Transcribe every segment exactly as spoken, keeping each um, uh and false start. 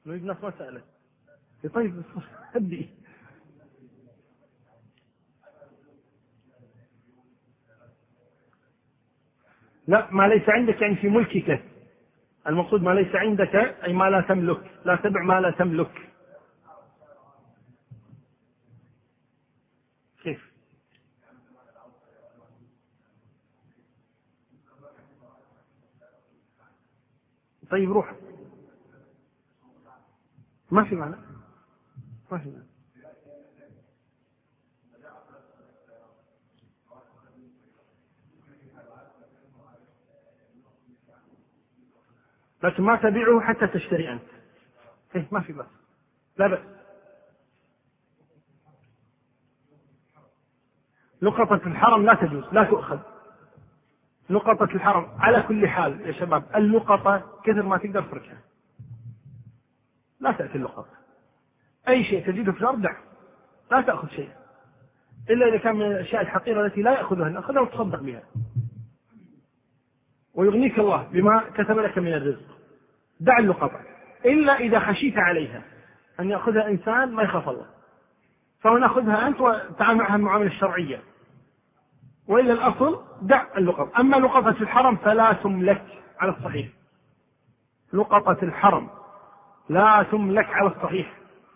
نريد ناس ما سألت. طيب هدي. لا، ما ليس عندك يعني في ملكك. المقصود ما ليس عندك أي ما لا تملك، لا تبع ما لا تملك. كيف؟ طيب روح، ما في معنى، ما في معنى. لكن ما تبيعه حتى تشتري أنت. إيه ما في بس، لا بأس. لقطة الحرم لا تجوز، لا تؤخذ. لقطة الحرم على كل حال يا شباب، اللقطة كثر ما تقدر تركها، لا تأتي اللقطة. أي شيء تجده في الأرض دع، لا تأخذ شيء إلا إذا كان من الأشياء الحقيرة التي لا يأخذها، نأخذها وتصدق بها ويغنيك الله بما كتب لك من الرزق. دع اللقطة إلا إذا خشيت عليها أن يأخذها إنسان ما يخاف الله، فهو نأخذها أنت وتعامل معها المعاملة الشرعية، وإلا الأصل دع اللقطة. أما لقطة الحرم فلا تملك على الصحيح، لقطة الحرم لا تملك على الصحيح.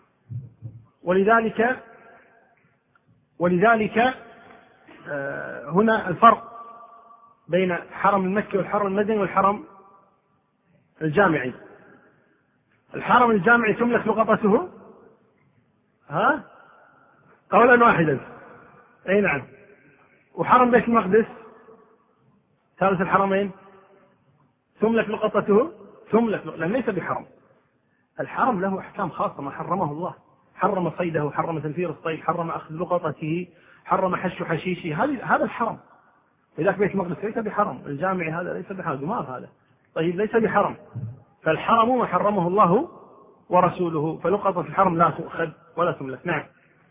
ولذلك ولذلك آه هنا الفرق بين الحرم المكي والحرم المدني والحرم الجامعي. الحرم الجامعي تملك لقطته ها قولا واحدا، اي نعم. وحرم بيت المقدس ثالث الحرمين تملك لقطته، تملك لأن ليس بحرم. الحرم له احكام خاصه، ما حرمه الله، حرم صيده، حرم تنفير الصيد، حرم اخذ لقطته، حرم حش حشيشه، هذا الحرم. لذلك بيت المقدس ليس بحرم، الجامعي هذا ليس بحرم، جمار هذا طيب ليس بحرم. فالحرم ما حرمه الله ورسوله، فلقطة الحرم لا تؤخذ ولا تملك. نعم،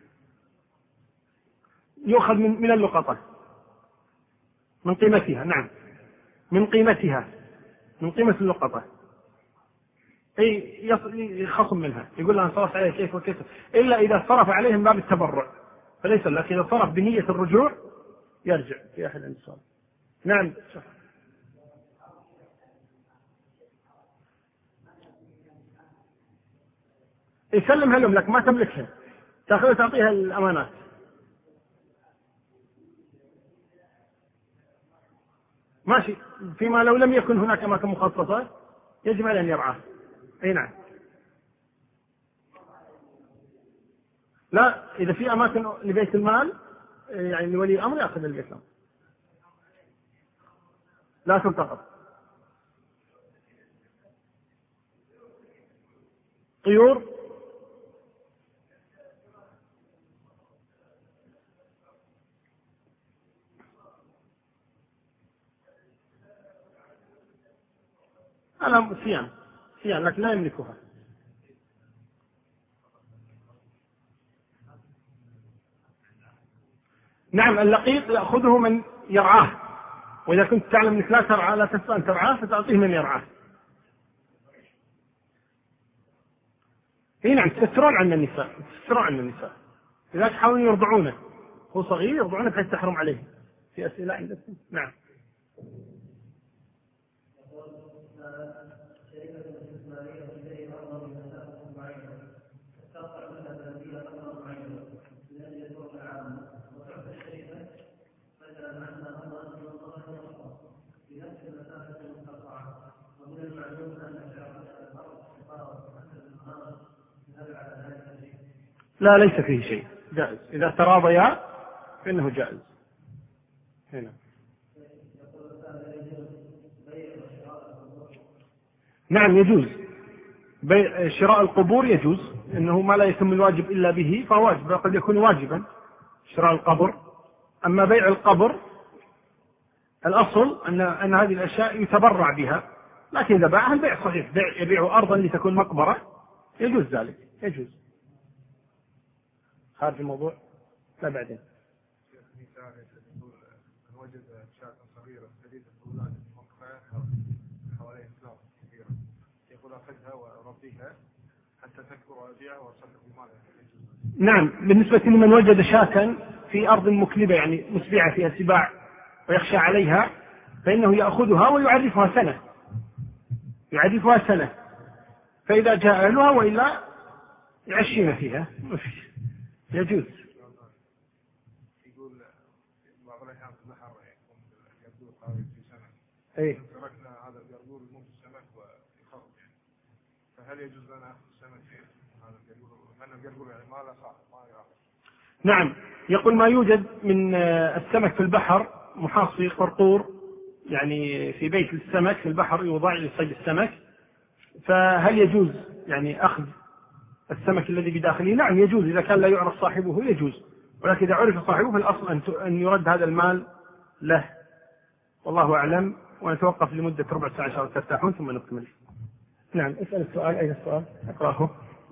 يؤخذ من, من اللقطة، من قيمتها. نعم، من قيمتها، من قيمة اللقطة. أي يخصم منها، يقول لها صرف عليه كيف وكيف، إلا إذا صرف عليهم باب التبرع فليس لك. إذا صرف بنية الرجوع يرجع في أحد الانصار. نعم، يسلمها لهم لك، ما تملكها، تأخذها تعطيها الأمانات. ماشي، فيما لو لم يكن هناك أماكن مخصصة يجب عليه أن يرعاه. أي نعم. لا، إذا في أماكن لبيت المال يعني لولي الأمر يأخذ البيت المال، لا تلتقط. طيور أنا سيان سيان لكن لا يملكها. نعم، اللقيط يأخذه من يرعاه، وإذا كنت تعلم أنك لا ترعى، لا تستطيع أن ترعاه، فتعطيه من يرعاه. اي نعم، تسترون عن النساء، تسترون عن النساء، لذلك حاولوا يرضعونه، هو صغير يرضعونه بحيث تحرم عليه. في أسئلة عندكم؟ نعم. لا، ليس فيه شيء، جائز إذا تراضيا فإنه جائز. هنا. نعم يجوز، بيع شراء القبور يجوز، إنه ما لا يتم الواجب إلا به فهو واجب، قد يكون واجبا شراء القبر. أما بيع القبر الأصل أن أن هذه الأشياء يتبرع بها، لكن إذا باعها البيع صحيح، بيع يبيع أرضا لتكون مقبرة يجوز ذلك، يجوز. خارج الموضوع، لا بعدين. وجد شاة صغيرة جديدة الأولاد موقفها حوالين سلاح كبيرة، يقول أخذها وأربيها حتى تكبر وأبيعها وأصرف المال. نعم، بالنسبة لمن وجد شاة في أرض مكلبة يعني مسبعة فيها سباع ويخشى عليها، فإنه يأخذها ويعرفها سنة، يعرفها سنة، فإذا جاء أهلها وإلا يعشين فيها يجوز. يقول بعض الأحيان في البحر يكون الجردور قوي في سمك، أي تركنا هذا الجردور يموت السمك ويخرج يعني، فهل يجوز لنا أخذ السمك في هذا الجردور؟ لأن الجردور يعني ما له صاحب ما يأخذ. نعم، يقول ما يوجد من السمك في البحر محاص في قرقور يعني في بيت السمك في البحر يوضع لصيد السمك، فهل يجوز يعني أخذ السمك الذي بداخله؟ نعم يجوز إذا كان لا يعرف صاحبه يجوز، ولكن إذا عرف صاحبه فالأصل أن يرد هذا المال له، والله أعلم. ونتوقف لمدة ربع ساعة إن شاء الله ترتاحون ثم نكمل. نعم اسأل السؤال. أين السؤال؟ أقرأه.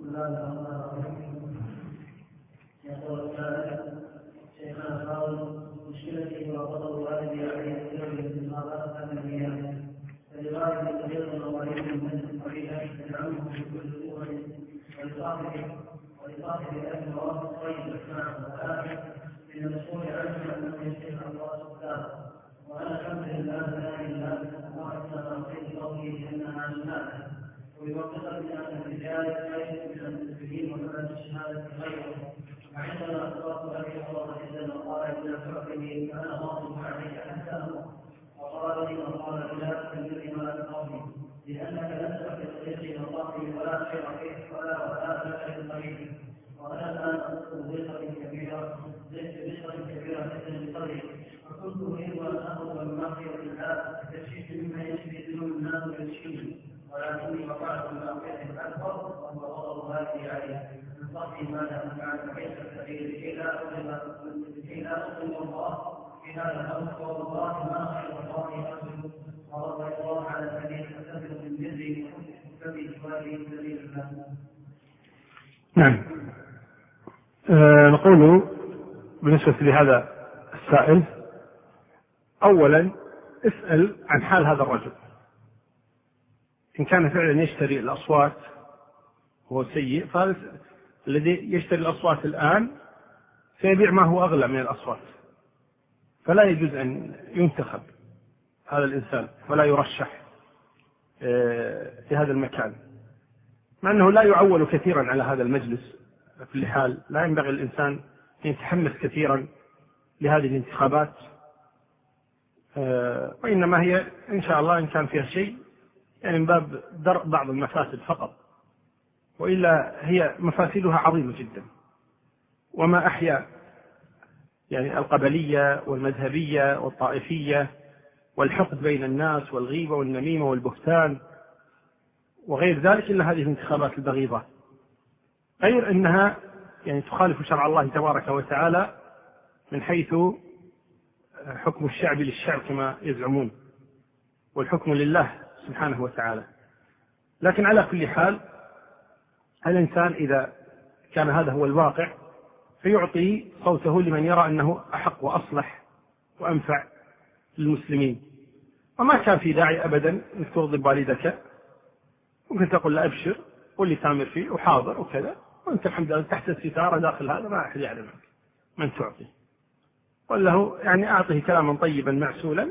يقول شيخنا قال مشكلتي وقضى والدي عليه السلام من ماذا أمنية فلغاية كبير وقريب من قريبا يدعمه بكل قوة ولصاحبه ولصاحب أهل وراء طيب معه ولكن من المسؤول عنه أنه يشهد الله سبحانه وأنا الحمد لله لا إله إلا الله أنا أعطيت قوله أنها شهادة ويوقفني أن الرجال ليس من المسلمين ومن الشهادة غيره. وعندما أصبحت أبي الله جل وقال إلى حكمه فأنا غاضب عليك حتى أموت وقال لي وقال لا تكلمني ولا تقومي لأنك لن تحب طريقي وطاقي ولا خير فيك ولا ولا لك لطريقي وأنا الآن أذكر ضيقة كبيرة ضيقة كبيرة جدا بصدري وكنت أريد أن أخذ من مغفرة الله تكشيف مما يشفي ذنوب الناس ويشفيني ولكني وقعت من مغفرة الأكبر وهو غضب والدي عليه من صحي ما لا أفعل كيف السبيل لكي لا أظلم لكي لا أظلم الله في هذا الأمر والله ما خير الله أرجو ورضي الله على سبيل فسبب من بري سبيل والدي سبيل الله. نعم. أه نقول بالنسبة لهذا السائل أولا اسأل عن حال هذا الرجل، إن كان فعلا يشتري الأصوات وهو سيء فهذا الذي يشتري الأصوات الآن سيبيع ما هو أغلى من الأصوات، فلا يجوز أن ينتخب هذا الإنسان ولا يرشح في هذا المكان، مع أنه لا يعول كثيرا على هذا المجلس. في كل حال لا ينبغي الإنسان أن يتحمس كثيرا لهذه الانتخابات، وإنما هي إن شاء الله إن كان فيها شيء يعني من باب درء بعض المفاسد فقط، وإلا هي مفاسدها عظيمة جدا. وما أحيا يعني القبلية والمذهبية والطائفية والحقد بين الناس والغيبة والنميمة والبهتان وغير ذلك إلا هذه الانتخابات البغيضة، غير أنها يعني تخالف شرع الله تبارك وتعالى من حيث حكم الشعب للشعب كما يزعمون، والحكم لله سبحانه وتعالى. لكن على كل حال الإنسان إذا كان هذا هو الواقع فيعطي صوته لمن يرى أنه أحق وأصلح وأنفع للمسلمين، وما كان في داعي أبدا أن تغضب والدك، ممكن تقول له أبشر واللي تامر فيه وحاضر وكذا، وأنت الحمد لله تحت الستارة داخل هذا ما أحد يعلمك من تعطي، وله يعني أعطيه كلاما طيبا معسولا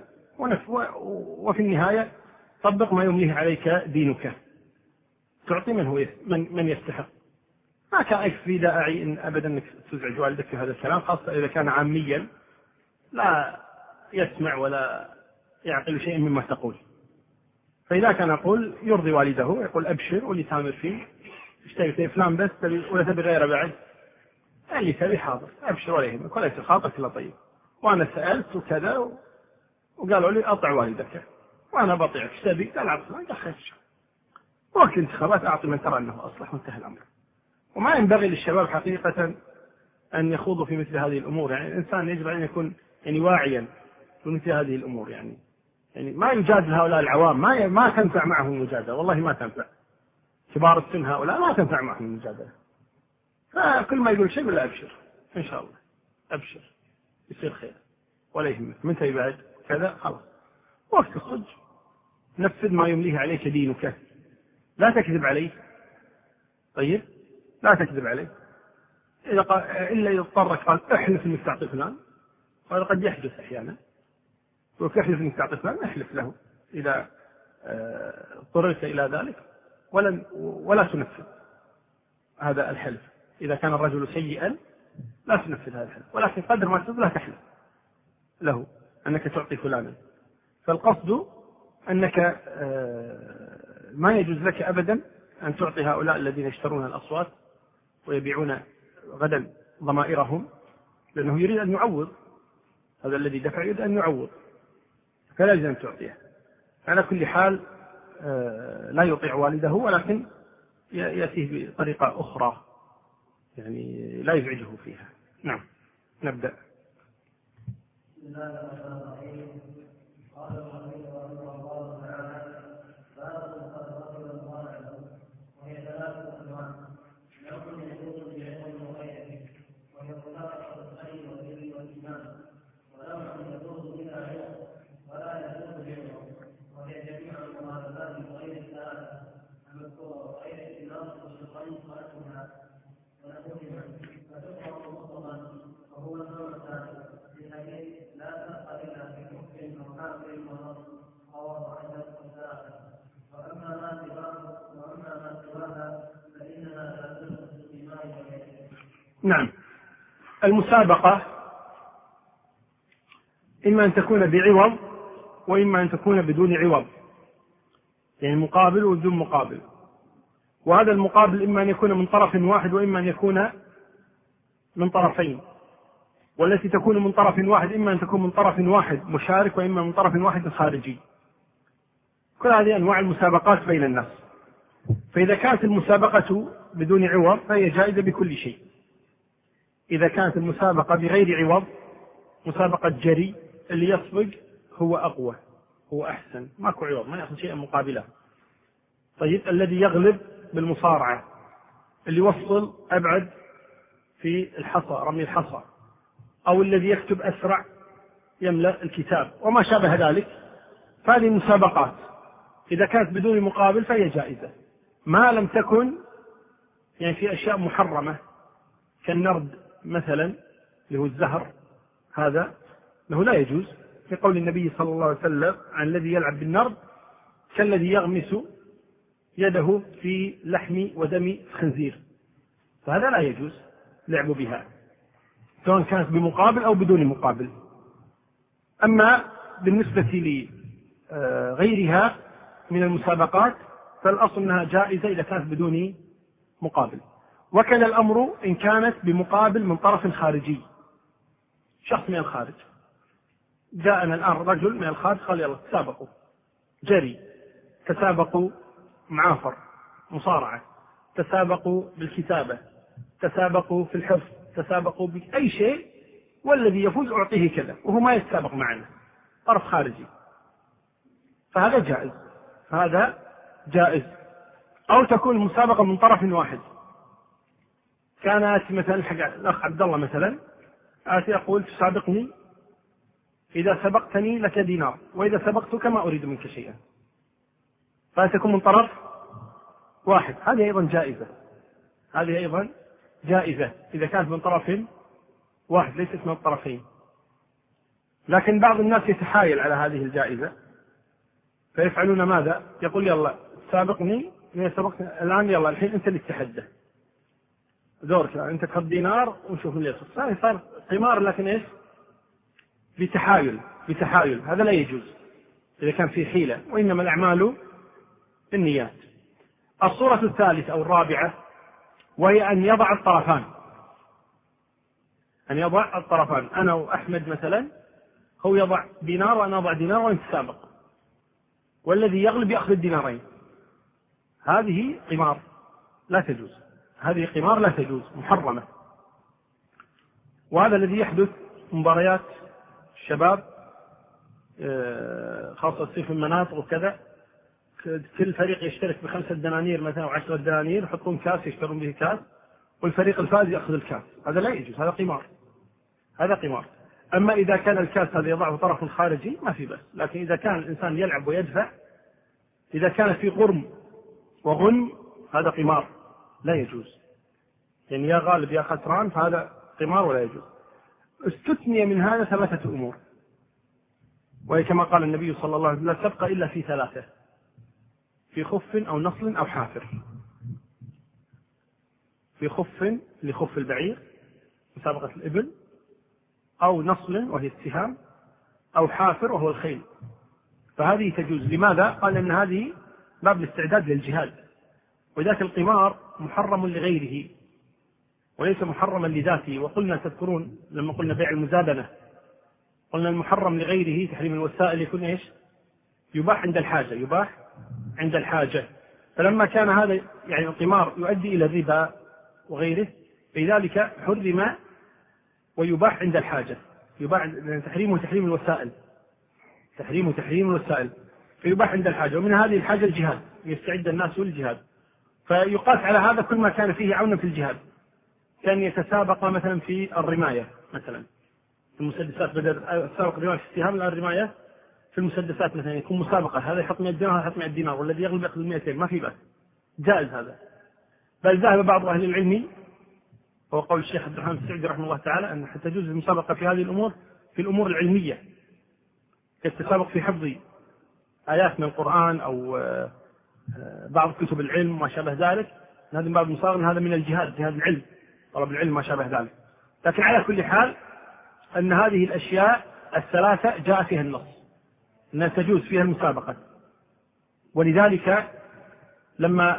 وفي النهاية طبق ما يمليه عليك دينك، تعطي من هو من, من يستحق. ما كان في داعي إن أبدا أنك تزعج والدك في هذا الكلام، خاصة إذا كان عاميا لا يسمع ولا يعقل شيء مما تقول. فإذا كان يقول يرضي والده يقول أبشر واللي تامر فيه اشتري فلان بس ولا تبي غيره بعد اللي تبي حاضر أبشر ولا يهمك ولا تخاطرك إلا طيب، وأنا سألت وكذا وقالوا لي أطع والدك وأنا بطيعك تبي قال عبد دخلش. وقت الانتخابات أعطي من ترى أنه أصلح وانتهى الأمر. وما ينبغي للشباب حقيقة أن يخوضوا في مثل هذه الأمور، يعني الإنسان يجب أن يكون يعني واعيا في مثل هذه الأمور، يعني يعني ما يجادل هؤلاء العوام، ما ما تنفع معهم المجادلة، والله ما تنفع. كبار السن هؤلاء ما تنفع معهم المجادلة، فكل ما يقول شيء ولا أبشر إن شاء الله أبشر يصير خير ولا يهمك من تبعد كذا خلاص. وقت الصدق نفذ ما يمليه عليك دينك، لا تكذب عليه طيب لا تكذب عليه، إذا قال إلا إذا اضطرك قال احلف إنك تعطي فلان، وهذا قد يحدث أحيانا، وكيحلف إنك تعطي فلان احلف له إذا اضطررت إلى ذلك، ولا ولا تنفذ هذا الحلف. إذا كان الرجل سيئا لا تنفذ هذا الحلف، ولكن قدر ما تقدر لا تحلف له أنك تعطي فلانا. فالقصد أنك ما يجوز لك أبدا أن تعطي هؤلاء الذين يشترون الأصوات ويبيعون غدا ضمائرهم، لأنه يريد أن يعوض، هذا الذي دفع يريد أن يعوض، فلا يجوز أن تعطيه. على كل حال لا يطيع والده، ولكن يأتيه بطريقة أخرى يعني لا يزعجه فيها. نعم، نبدأ. بسم الله الرحمن الرحيم. قال النبي رحمه الله تعالى: باب قد رجل ضاله، وهي ثلاثة أنواع: نوع يجوز بعلم وغيره، وهي خلافة الخير والبر والإيمان، ونوع يجوز بلا علم ولا يجوز بعلم، وهي جميع المخالفات غير الثلاثة المذكورة وغير الخلاف والشرعين خلقها ونحوهما، فتكره مطلقا، وهو النوع الثالث بحديث لا تبقى إلا في حكم أو كافر مرض أو عدد وسائل. وأما ما سواه وأما ما سواها فإنها لا تدخل في ما يليه. نعم، المسابقة إما أن تكون بعوض وإما أن تكون بدون عوض، يعني مقابل وبدون مقابل. وهذا المقابل إما أن يكون من طرف واحد وإما أن يكون من طرفين، والتي تكون من طرف واحد إما أن تكون من طرف واحد مشارك وإما من طرف واحد خارجي. كل هذه أنواع المسابقات بين الناس. فإذا كانت المسابقة بدون عوض فهي جائزة بكل شيء. إذا كانت المسابقة بغير عوض، مسابقة جري، اللي يسبق هو أقوى هو أحسن، ماكو عوض، ما يأخذ شيئا مقابله. طيب، الذي يغلب بالمصارعة، اللي يوصل أبعد في الحصى، رمي الحصى، أو الذي يكتب أسرع يملأ الكتاب وما شابه ذلك، فهذه مسابقات إذا كانت بدون مقابل فهي جائزة، ما لم تكن يعني في أشياء محرمة كالنرد مثلا اللي هو الزهر، هذا له لا يجوز، في قول النبي صلى الله عليه وسلم عن الذي يلعب بالنرد كالذي يغمس يده في لحم ودم خنزير، فهذا لا يجوز لعب بها سواء كانت بمقابل أو بدون مقابل. أما بالنسبة لغيرها من المسابقات فالأصل أنها جائزة إذا كانت بدون مقابل. وكان الأمر إن كانت بمقابل من طرف خارجي، شخص من الخارج جاءنا الآن رجل من الخارج قال يلا تسابقوا جري، تسابقوا معافر مصارعة، تسابقوا بالكتابة، تسابقوا في الحفظ، تسابقوا بأي شيء، والذي يفوز أعطيه كذا، وهو ما يتسابق معنا، طرف خارجي، فهذا جائز، فهذا جائز. أو تكون المسابقة من طرف واحد، كانت مثلا حق الأخ عبد الله مثلا آتي أقول تسابقني، إذا سبقتني لك دينار، وإذا سبقتك ما أريد منك شيئا، فتكون من طرف واحد، هذه أيضا جائزة، هذه أيضا جائزة إذا كانت من طرف واحد ليست من الطرفين. لكن بعض الناس يتحايل على هذه الجائزة فيفعلون ماذا؟ يقول يلا سابقني، إذا سبقتني الآن يلا الحين أنت اللي تتحدى دورك، أنت تحط دينار ونشوف اللي يصير. صار صار قمار، لكن إيش؟ بتحايل بتحايل هذا لا يجوز إذا كان في حيلة، وإنما الأعمال بالنيات. الصورة الثالثة أو الرابعة وهي أن يضع الطرفان، أن يضع الطرفان، أنا وأحمد مثلا، هو يضع دينار وأنا أضع دينار ونتسابق، والذي يغلب يأخذ الدينارين، هذه قمار لا تجوز، هذه قمار لا تجوز، محرمة. وهذا الذي يحدث مباريات الشباب خاصة في المناطق وكذا، كل فريق يشترك بخمسة دنانير مثلا وعشرة دنانير، يحطون كاس يشترون به كاس، والفريق الفائز يأخذ الكاس، هذا لا يجوز، هذا قمار، هذا قمار. أما إذا كان الكاس هذا يضعه طرف خارجي ما في بس، لكن إذا كان الإنسان يلعب ويدفع، إذا كان في غرم وغنم هذا قمار، لا يجوز، يعني يا غالب يا خسران، فهذا قمار ولا يجوز. استثني من هذا ثلاثة أمور، وهي كما قال النبي صلى الله عليه وسلم: لا تبقى إلا في ثلاثة: في خف أو نصل أو حافر. في خف لخف البعير مسابقة الإبل، أو نصل وهي السهام، أو حافر وهو الخيل، فهذه تجوز. لماذا؟ قال أن هذه باب الاستعداد للجهاد، وذاك القمار محرم لغيره وليس محرما لذاته. وقلنا تذكرون لما قلنا بيع المزابنة، قلنا المحرم لغيره تحريم الوسائل يكون إيش؟ يباح عند الحاجة، يباح عند الحاجة. فلما كان هذا يعني القمار يؤدي إلى الربا وغيره، لذلك حرم ويباح عند الحاجة، يباح تحريمه تحريم الوسائل، تحريمه تحريم الوسائل، فيباح عند الحاجة. ومن هذه الحاجة الجهاد، يستعد الناس للجهاد، فيقاس على هذا كل ما كان فيه عونا في الجهاد. كان يتسابق مثلا في الرماية، مثلا في المسدسات، بدل السابق الرماية في السهام الآن الرماية في المسدسات مثلا، يكون مسابقة، هذا يحط مئة دينار هذا يحط مئة دينار، والذي يغلب يأخذ مئتين، ما في بأس، جائز هذا. بل ذهب بعض أهل العلم، هو قول الشيخ عبد الرحمن السعدي رحمه الله تعالى، أن حتى تجوز المسابقة في هذه الأمور في الأمور العلمية، كالتسابق في حفظ آيات من القرآن أو بعض كتب العلم وما شابه ذلك. هذا من باب المسابقة، هذا من الجهاد، جهاد العلم، طلب العلم ما شابه ذلك. لكن على كل حال أن هذه الأشياء الثلاثة جاء فيها النص أنها تجوز فيها المسابقة. ولذلك لما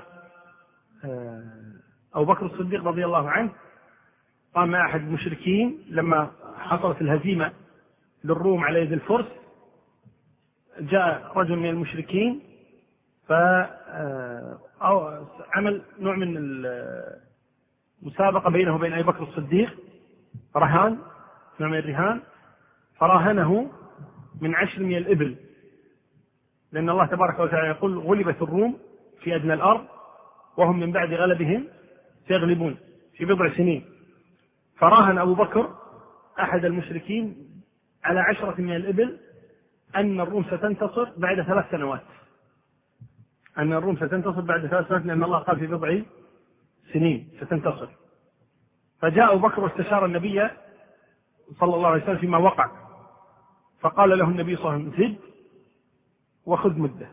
أبو بكر الصديق رضي الله عنه قام مع أحد المشركين لما حصلت الهزيمة للروم على يد الفرس، جاء رجل من المشركين فعمل نوع من المسابقة بينه وبين أبي بكر الصديق، رهان، نوع من الرهان، فراهنه من عشر من الإبل، لأن الله تبارك وتعالى يقول: غلبت الروم في أدنى الأرض وهم من بعد غلبهم سيغلبون في بضع سنين. فراهن أبو بكر أحد المشركين على عشرة من الإبل أن الروم ستنتصر بعد ثلاث سنوات، أن الروم ستنتصر بعد ثلاث سنوات، لأن الله قال في بضع سنين ستنتصر. فجاء أبو بكر واستشار النبي صلى الله عليه وسلم فيما وقع، فقال له النبي صلى الله عليه وسلم: زد وخذ مدة.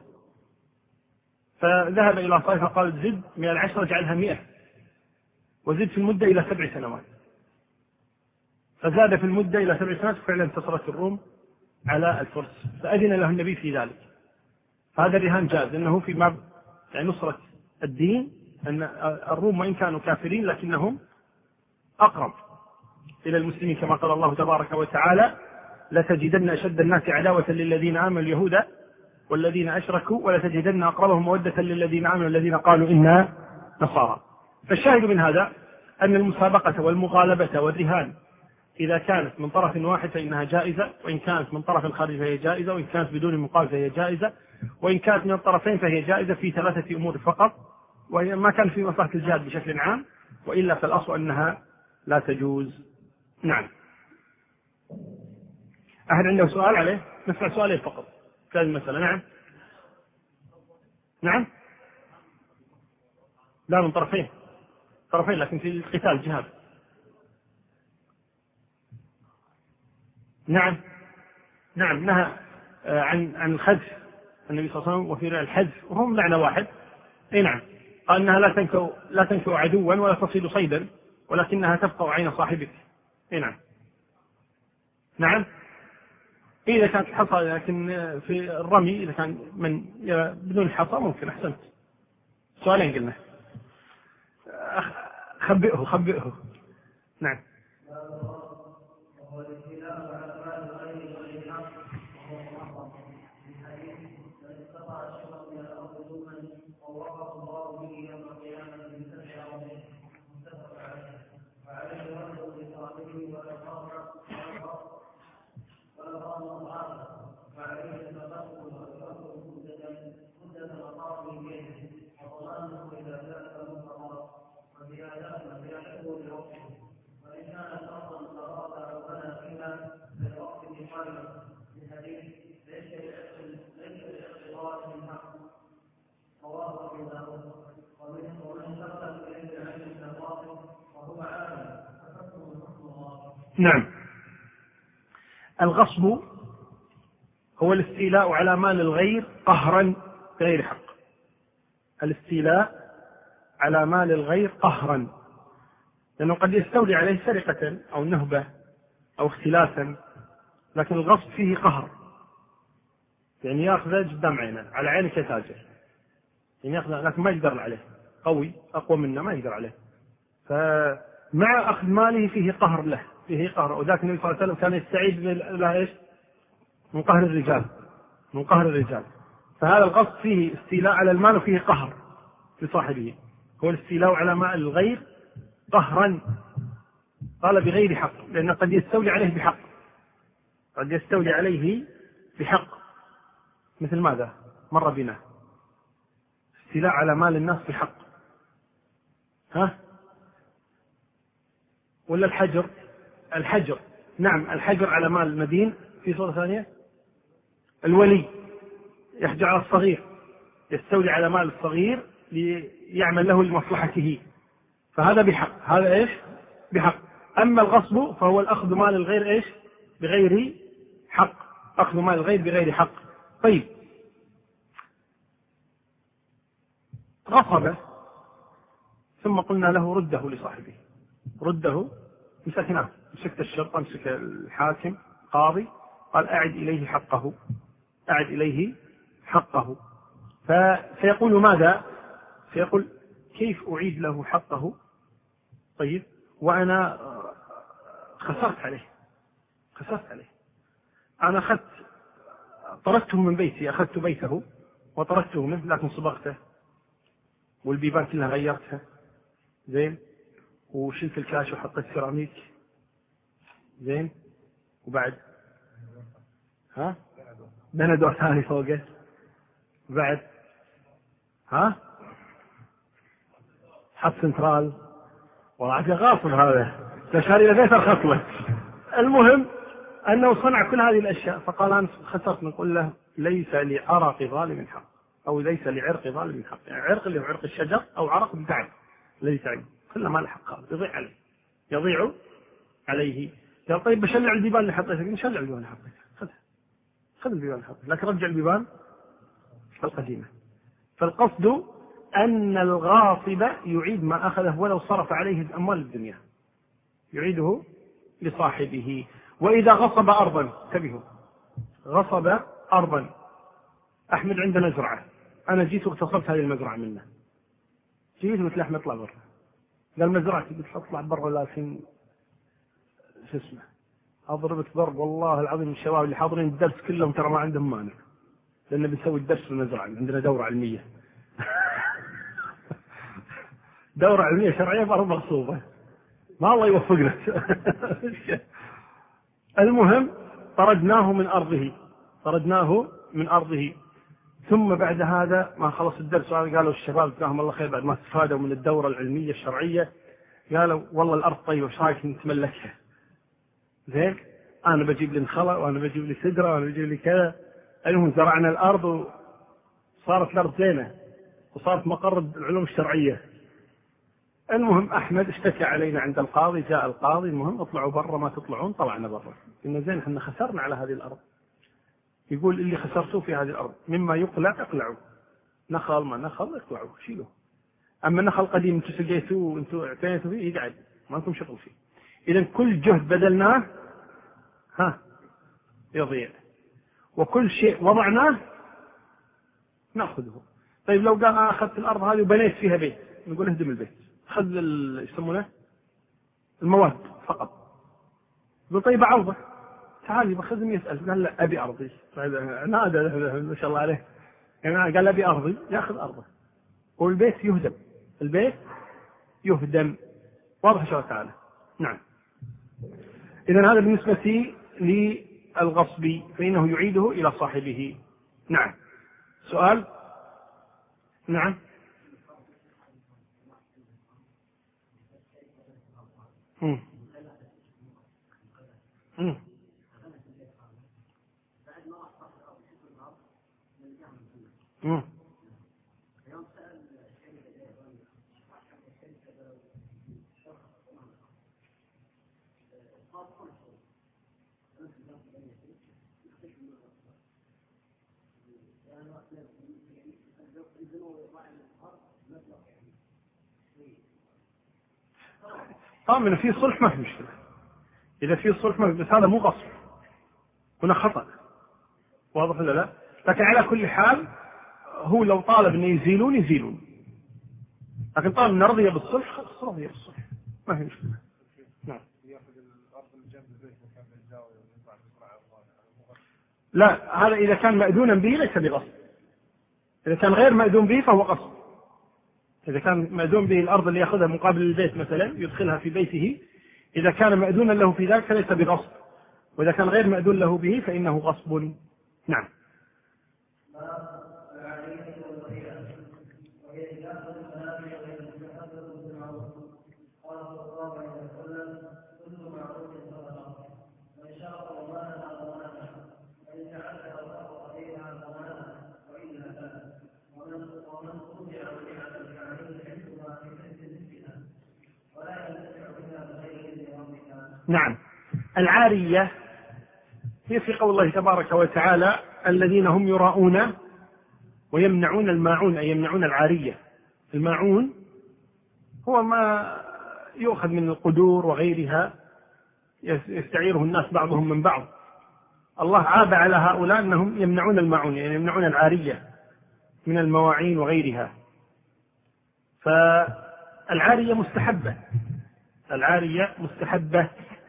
فذهب إلى صاحبه فقال: زد من العشرة اجعلها مئة، وزد في المدة إلى سبع سنوات. فزاد في المدة إلى سبع سنوات، فعلا انتصرت الروم على الفرس، فأذن له النبي في ذلك. هذا الرهان جاز، لأنه في باب يعني نصرة الدين، أن الروم وإن كانوا كافرين لكنهم أقرب إلى المسلمين، كما قال الله تبارك وتعالى: لتجدن أشد الناس عداوة للذين آمنوا اليهود والذين أشركوا ولتجدن أقربهم مودة للذين آمنوا الذين قالوا إنا نصارى. فالشاهد من هذا أن المسابقة والمغالبة والرهان إذا كانت من طرف واحد فإنها جائزة، وإن كانت من طرف خارج فهي جائزة، وإن كانت بدون مقابل فهي جائزة، وإن كانت من الطرفين فهي جائزة في ثلاثة أمور فقط، وما كان في مصلحة الجهاد بشكل عام، وإلا فالأصل أنها لا تجوز. نعم. أحد عنده سؤال عليه؟ نسمع سؤالين فقط في هذه المسألة. نعم نعم لا، من طرفين طرفين لكن في القتال جهاد. نعم نعم نهى عن عن الخذف النبي صلى الله عليه وسلم، وفي الحذف وهم معنى واحد. اي نعم، قال انها لا تنكو لا تنكو عدوا ولا تصيد صيدا، ولكنها تبقى عين صاحبك. اي نعم نعم إذا كانت حصى، لكن في الرمي إذا كان من بدون حصى ممكن. أحسنت. سؤالين قلنا. خبئه خبئه. نعم. وهو عالم فكفه حكم الله. نعم. الغصب هو الاستيلاء على مال الغير قهرا بغير حق. الاستيلاء على مال الغير قهرا، لأنه قد يستولي عليه سرقة أو نهبة أو اختلاسا، لكن الغصب فيه قهر، يعني يأخذه قدام عينه، على عينك يا تاجر، يعني يأخذه لكن ما يقدر عليه، قوي أقوى منه ما يقدر عليه، فمع أخذ ماله فيه قهر له، فيه قهر. وذاك النبي صلى الله عليه وسلم كان يستعيذ بالله إيش؟ من قهر الرجال، من قهر الرجال. فهذا الغصب فيه استيلاء على المال وفيه قهر لصاحبه، هو الاستيلاء على مال الغير قهرا. قال بغير حق، لأنه قد يستولي عليه بحق، قد يستولي عليه بحق. مثل ماذا مر بنا؟ استيلاء على مال الناس بحق، ها؟ ولا الحجر؟ الحجر، نعم، الحجر على مال المدين. في صورة ثانية الولي يحجر على الصغير، يستولي على مال الصغير ليعمل له لمصلحته، فهذا بحق، هذا ايش؟ بحق. اما الغصب فهو الاخذ مال الغير ايش؟ بغير حق، اخذ مال الغير بغير حق. طيب، غصب ثم قلنا له رده لصاحبه، رده، مسكناه، مسكت الشرطة، مسك الحاكم قاضي، قال أعد إليه حقه، أعد إليه حقه. فسيقول ماذا؟ سيقول كيف أعيد له حقه؟ طيب، وأنا خسرت عليه، خسرت عليه، أنا أخذت، طردته من بيتي، أخذت بيته وطردته منه، لكن صبغته والبيبان كلها غيرتها زين، وشلت الكاش وحطيت سيراميك زين، وبعد ها بنى دور ثاني فوقه، بعد ها حط سنترال، والله غاصب هذا، تشاري إلى بيت الخصلة. المهم أنه صنع كل هذه الأشياء، فقال أنا خسرت. نقول له ليس لعرق ظالم حق، أو ليس لعرق ظالم حق، يعني عرق اللي هو عرق الشجر، أو عرق بتاعه الذي تعب كله ما له حق، يضيع عليه، يضيع عليه. قال طيب بشلع البيبان اللي حطيتها، نشلع البيبان اللي حطيتها، خذها، خذ البيبان اللي حطيتها، لكن رجع البيبان القديمة. فالقصد أن الغاصب يعيد ما أخذه ولو صرف عليه أموال الدنيا، يعيده لصاحبه. وإذا غصب أرضا، انتبهوا، غصب أرضا، أحمد عندنا مزرعة، أنا جيت واغتصبت هذه المزرعة منه، جيت وقلت له أحمد اطلع برا، قال مزرعتي قلت اطلع برا، لكن شو اسمه أضربك ضرب والله العظيم. الشباب اللي حاضرين الدرس كلهم ترى ما عندهم مانع، لأن بنسوي الدرس في المزرعة، عندنا دورة علمية دورة علمية شرعية بأرض مغصوبة، ما الله يوفقنا المهم طردناه من أرضه، طردناه من أرضه. ثم بعد هذا ما خلص الدرس قالوا الشباب جزاهم الله خير بعد ما استفادوا من الدورة العلمية الشرعية، قالوا والله الأرض طيبة، وش رايك نتملكها؟ زين، أنا بجيب لي نخلة، وأنا بجيب لي سدرة، وأنا بجيب لي كذا. المهم زرعنا الأرض وصارت الأرض زينة، وصارت مقر العلوم الشرعية. المهم أحمد اشتكى علينا عند القاضي، جاء القاضي، المهم اطلعوا برا، ما تطلعون، طلعنا برا، قلنا زين احنا خسرنا على هذه الأرض. يقول اللي خسرتوه في هذه الأرض مما يقلع اقلعوا، نخل ما نخل اقلعوا شيلوه، أما النخل قديم انتم سقيتوه وانتم اعتنيتوا فيه يقعد، ما انتم شغل فيه. إذا كل جهد بذلناه ها يضيع، وكل شيء وضعناه نأخذه. طيب لو قال أنا أخذت الأرض هذه وبنيت فيها بيت، نقول اهدم البيت، خذ يسمونه المواد فقط. يقول طيب عوضه، تعال بخزم يسأل، قال لا أبي أرضي، نادى ما شاء الله عليه، يعني قال أبي أرضي، يأخذ أرضه، والبيت يهدم، البيت يهدم. واضح إن شاء الله تعالى؟ نعم. إذن هذا بالنسبة للغصب، فإنه يعيده إلى صاحبه. نعم. سؤال؟ نعم. مم. مم. مم. طبعا في صلح ما في مشكلة، إذا في صلح ما في، بس هذا مو غصب، هنا خطأ، واضح ولا لا؟ لكن على كل حال هو لو طالب أن يزيلون يزيلون، لكن طالب أن رضي بالصلح خلاص رضي بالصلح ما في مشكلة. نعم. لا، هذا إذا كان مأذونا به ليس بغصب، إذا كان غير مأذون به فهو غصب. إذا كان مأذون به الأرض اللي يأخذها مقابل البيت مثلا يدخلها في بيته، إذا كان مأذونا له في ذلك فليس بغصب، وإذا كان غير مأذون له به فإنه غصب. نعم. نعم. العارية هي في قول الله تبارك وتعالى الذين هم يراؤون ويمنعون الماعون، أي يمنعون العارية. الماعون هو ما يؤخذ من القدور وغيرها يستعيره الناس بعضهم من بعض. الله عاب على هؤلاء أنهم يمنعون الماعون، يعني يمنعون العارية من المواعين وغيرها. فالعارية مستحبة، العارية مستحبة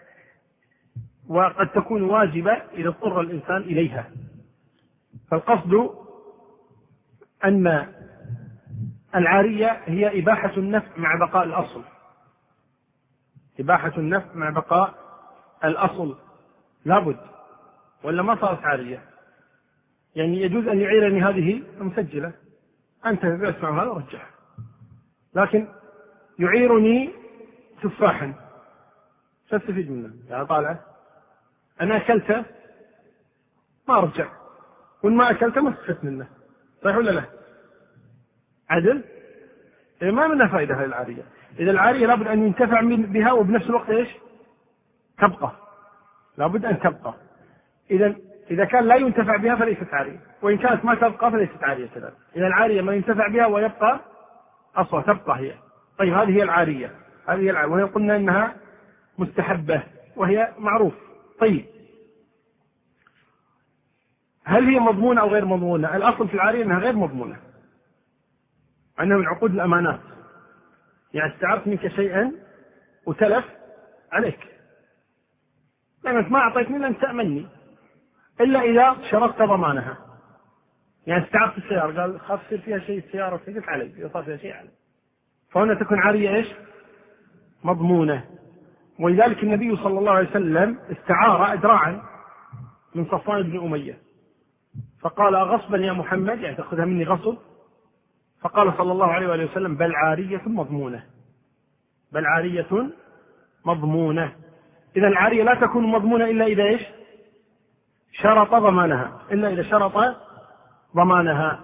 وقد تكون واجبة إذا اضطر الإنسان إليها. فالقصد أن العارية هي إباحة النفع مع بقاء الأصل، إباحة النفع مع بقاء الأصل لابد، ولا ما صارت عارية. يعني يجوز أن يعيرني هذه مسجلة، أنت اسمع هذا ورجعها، لكن يعيرني تفاحا فاستفيد منه يا طالع، أنا أكلته ما أرجع، وإن ما أكلته ما استفدت منه، صحيح ولا لا؟ عدل؟ إيه ما منها فائدة هذه العارية. إذا العارية لابد أن ينتفع بها وبنفس الوقت إيش؟ تبقى، لابد أن تبقى. إذا إذا كان لا ينتفع بها فليست عارية، وإن كانت ما تبقى فليست عارية كذلك. إذا العارية ما ينتفع بها ويبقى أصلا تبقى هي. طيب هذه هي العارية، هذه هي العارية، وهي قلنا أنها مستحبة وهي معروف. طيب هل هي مضمونة أو غير مضمونة؟ الأصل في العارية أنها غير مضمونة، أنها من عقود الأمانات. يعني استعرت منك شيئا وتلف عليك، لأنك ما أعطيتني لن تأمني إلا إذا شرطت ضمانها. يعني استعرت السيارة، قال خاف يصير فيها شيء السيارة وثقت علي، إذا صار فيها شيء علي، فهنا تكون عارية إيش؟ مضمونة. ولذلك النبي صلى الله عليه وسلم استعار أدراعا من صفوان بن أمية، فقال غصبا يا محمد، يعني تأخذها مني غصب؟ فقال صلى الله عليه وآله وسلم بل عارية مضمونة، بل عارية مضمونة. إذا العارية لا تكون مضمونة إلا إذا إيش؟ شرط ضمانها، إلا إذا شرط ضمانها.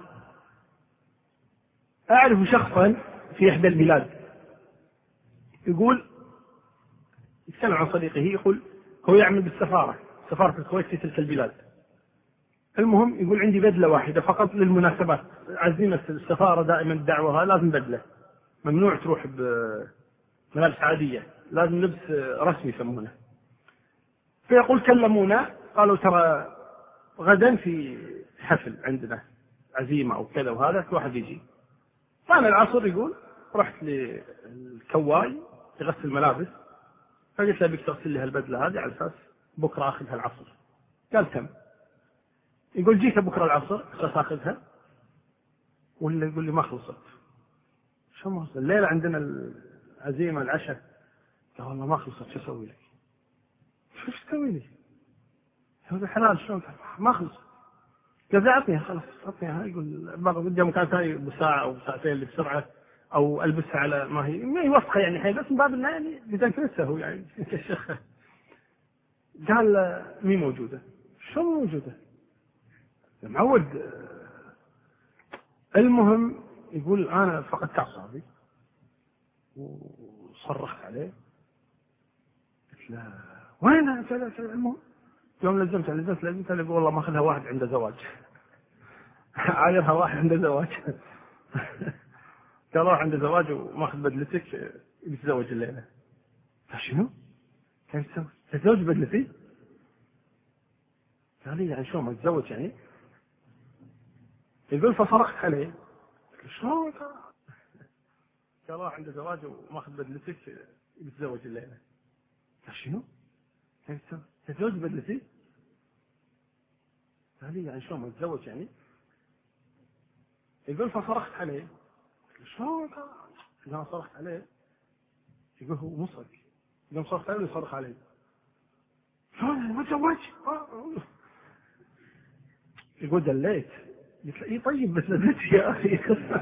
أعرف شخصا في إحدى البلاد يقول، يتكلم عن صديقه، يقول هو يعمل بالسفارة، سفارة الكويت في تلك البلاد. المهم يقول عندي بدلة واحدة فقط للمناسبات، عزيمة السفارة دائما الدعوة لازم بدلة، ممنوع تروح بملابس عادية، لازم لبس رسمي يسمونه. فيقول كلمونا قالوا ترى غدا في حفل عندنا عزيمة أو كذا وهذا واحد يجي. فأنا العصر يقول رحت للكواي يغسل ملابس، فقلت له بك تغسل لي هالبدلة هذه على أساس بكرة أخذها العصر. قال تم. يقول جيت بكرة العصر أساس أخذها، ولا يقول لي ما خلصت. شو ما خلصت؟ الليلة عندنا العزيمة العشاء. قال والله ما خلصت، شو أسوي لك؟ شو تسوي لي؟ هذا حلال شلون ما خلص؟ قال أعطيها خلاص أعطيها. يقول بدي مكان ثاني بساعة أو ساعتين اللي بسرعة، أو ألبسها على ما هي ما هي وسخة يعني حين، بس من باب إنه يعني بدك تنسى هو يعني الشيخ. قال مي موجودة. شو موجودة؟ معود. المهم يقول أنا فقدت أعصابي وصرخت عليه، قلت له وين المهم يوم لزمت لزمت لزمت يقول والله ماخذها واحد عنده زواج عايرها واحد عنده زواج قال روح عنده زواج وماخذ بدلتك يتزوج الليله. شنو؟ كيف تسوي؟ تتزوج بدلتي؟ قال لي يعني شو ما تتزوج يعني؟ يقول فصرخت عليه شلون؟ قال روح عنده زواج وماخذ بدلتك يتزوج الليله. شنو؟ كيف تسوي؟ تتزوج بدلتي؟ قال لي يعني شلون ما تتزوج يعني؟ يقول فصرخت عليه شلون؟ قال صرخت عليه. يقول هو مصرخ. يوم صرخت عليه يصرخ عليه شلون ما تزوج؟ يقول دليت. قلت له اي طيب بس بدلتي يا اخي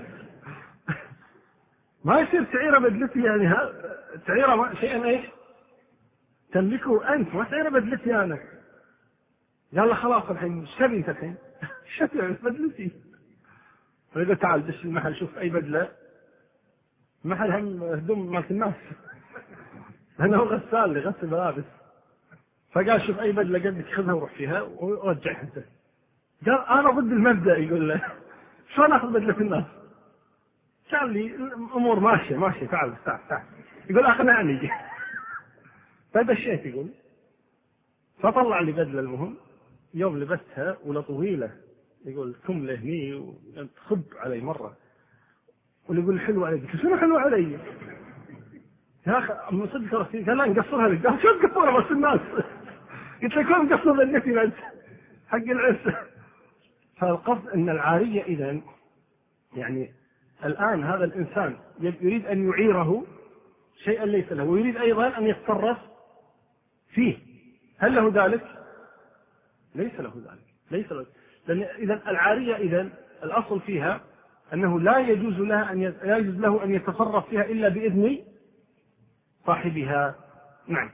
ما يصير تعيره بدلتي يعني ها تعيره شيئا ايش تملكه انت ما تعيره بدلتي انا. قال له خلاص الحين ايش تبي انت الحين؟ ايش تبي بدلتي؟ فيقول تعال دش المحل شوف اي بدله محل هم هدوم مالت الناس انا هو غسال اللي غسل ملابس. فقال شوف اي بدله قدك خذها وروح فيها ورجعها انت. قال انا ضد المبدا. يقول له شلون اخذ بدله الناس؟ قال لي الامور ماشيه ماشيه تعال تعال تعال. يقول اقنعني فدشيت. يقول فطلع لي بدله. المهم يوم لبستها ولا طويله. يقول كم لهني وتخب علي مره واللي يقول حلوه علي. قلت شنو حلوه علي يا اخي من صدق راسي؟ قال لا نقصرها لك. قال شو تقصرها بس الناس؟ قلت له كم قصر بدلتي انت حق العرس. فالقصد ان العاريه اذا يعني الان هذا الانسان يريد ان يعيره شيئا ليس له ويريد ايضا ان يتصرف فيه. هل له ذلك؟ ليس له ذلك ليس له. لان اذا العاريه اذا الاصل فيها انه لا يجوز لها ان لا يجوز له ان يتصرف فيها الا باذن صاحبها. نعم.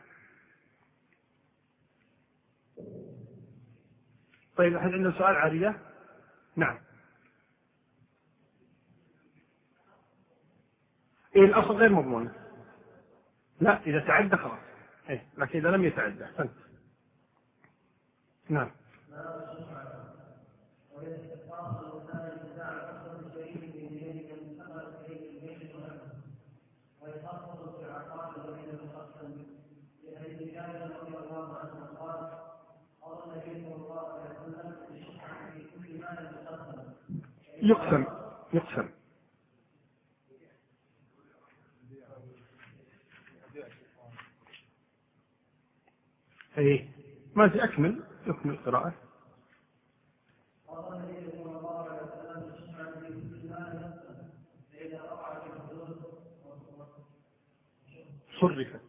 طيب أحد عنده سؤال عارية؟ نعم. إيه الأصل غير مضمون. لا إذا تعدى خلاص. إيه لكن إذا لم يتعدى أحسنت. نعم. يقسم يقسم ايه ماذا اكمل يكمل القراءة. صرفت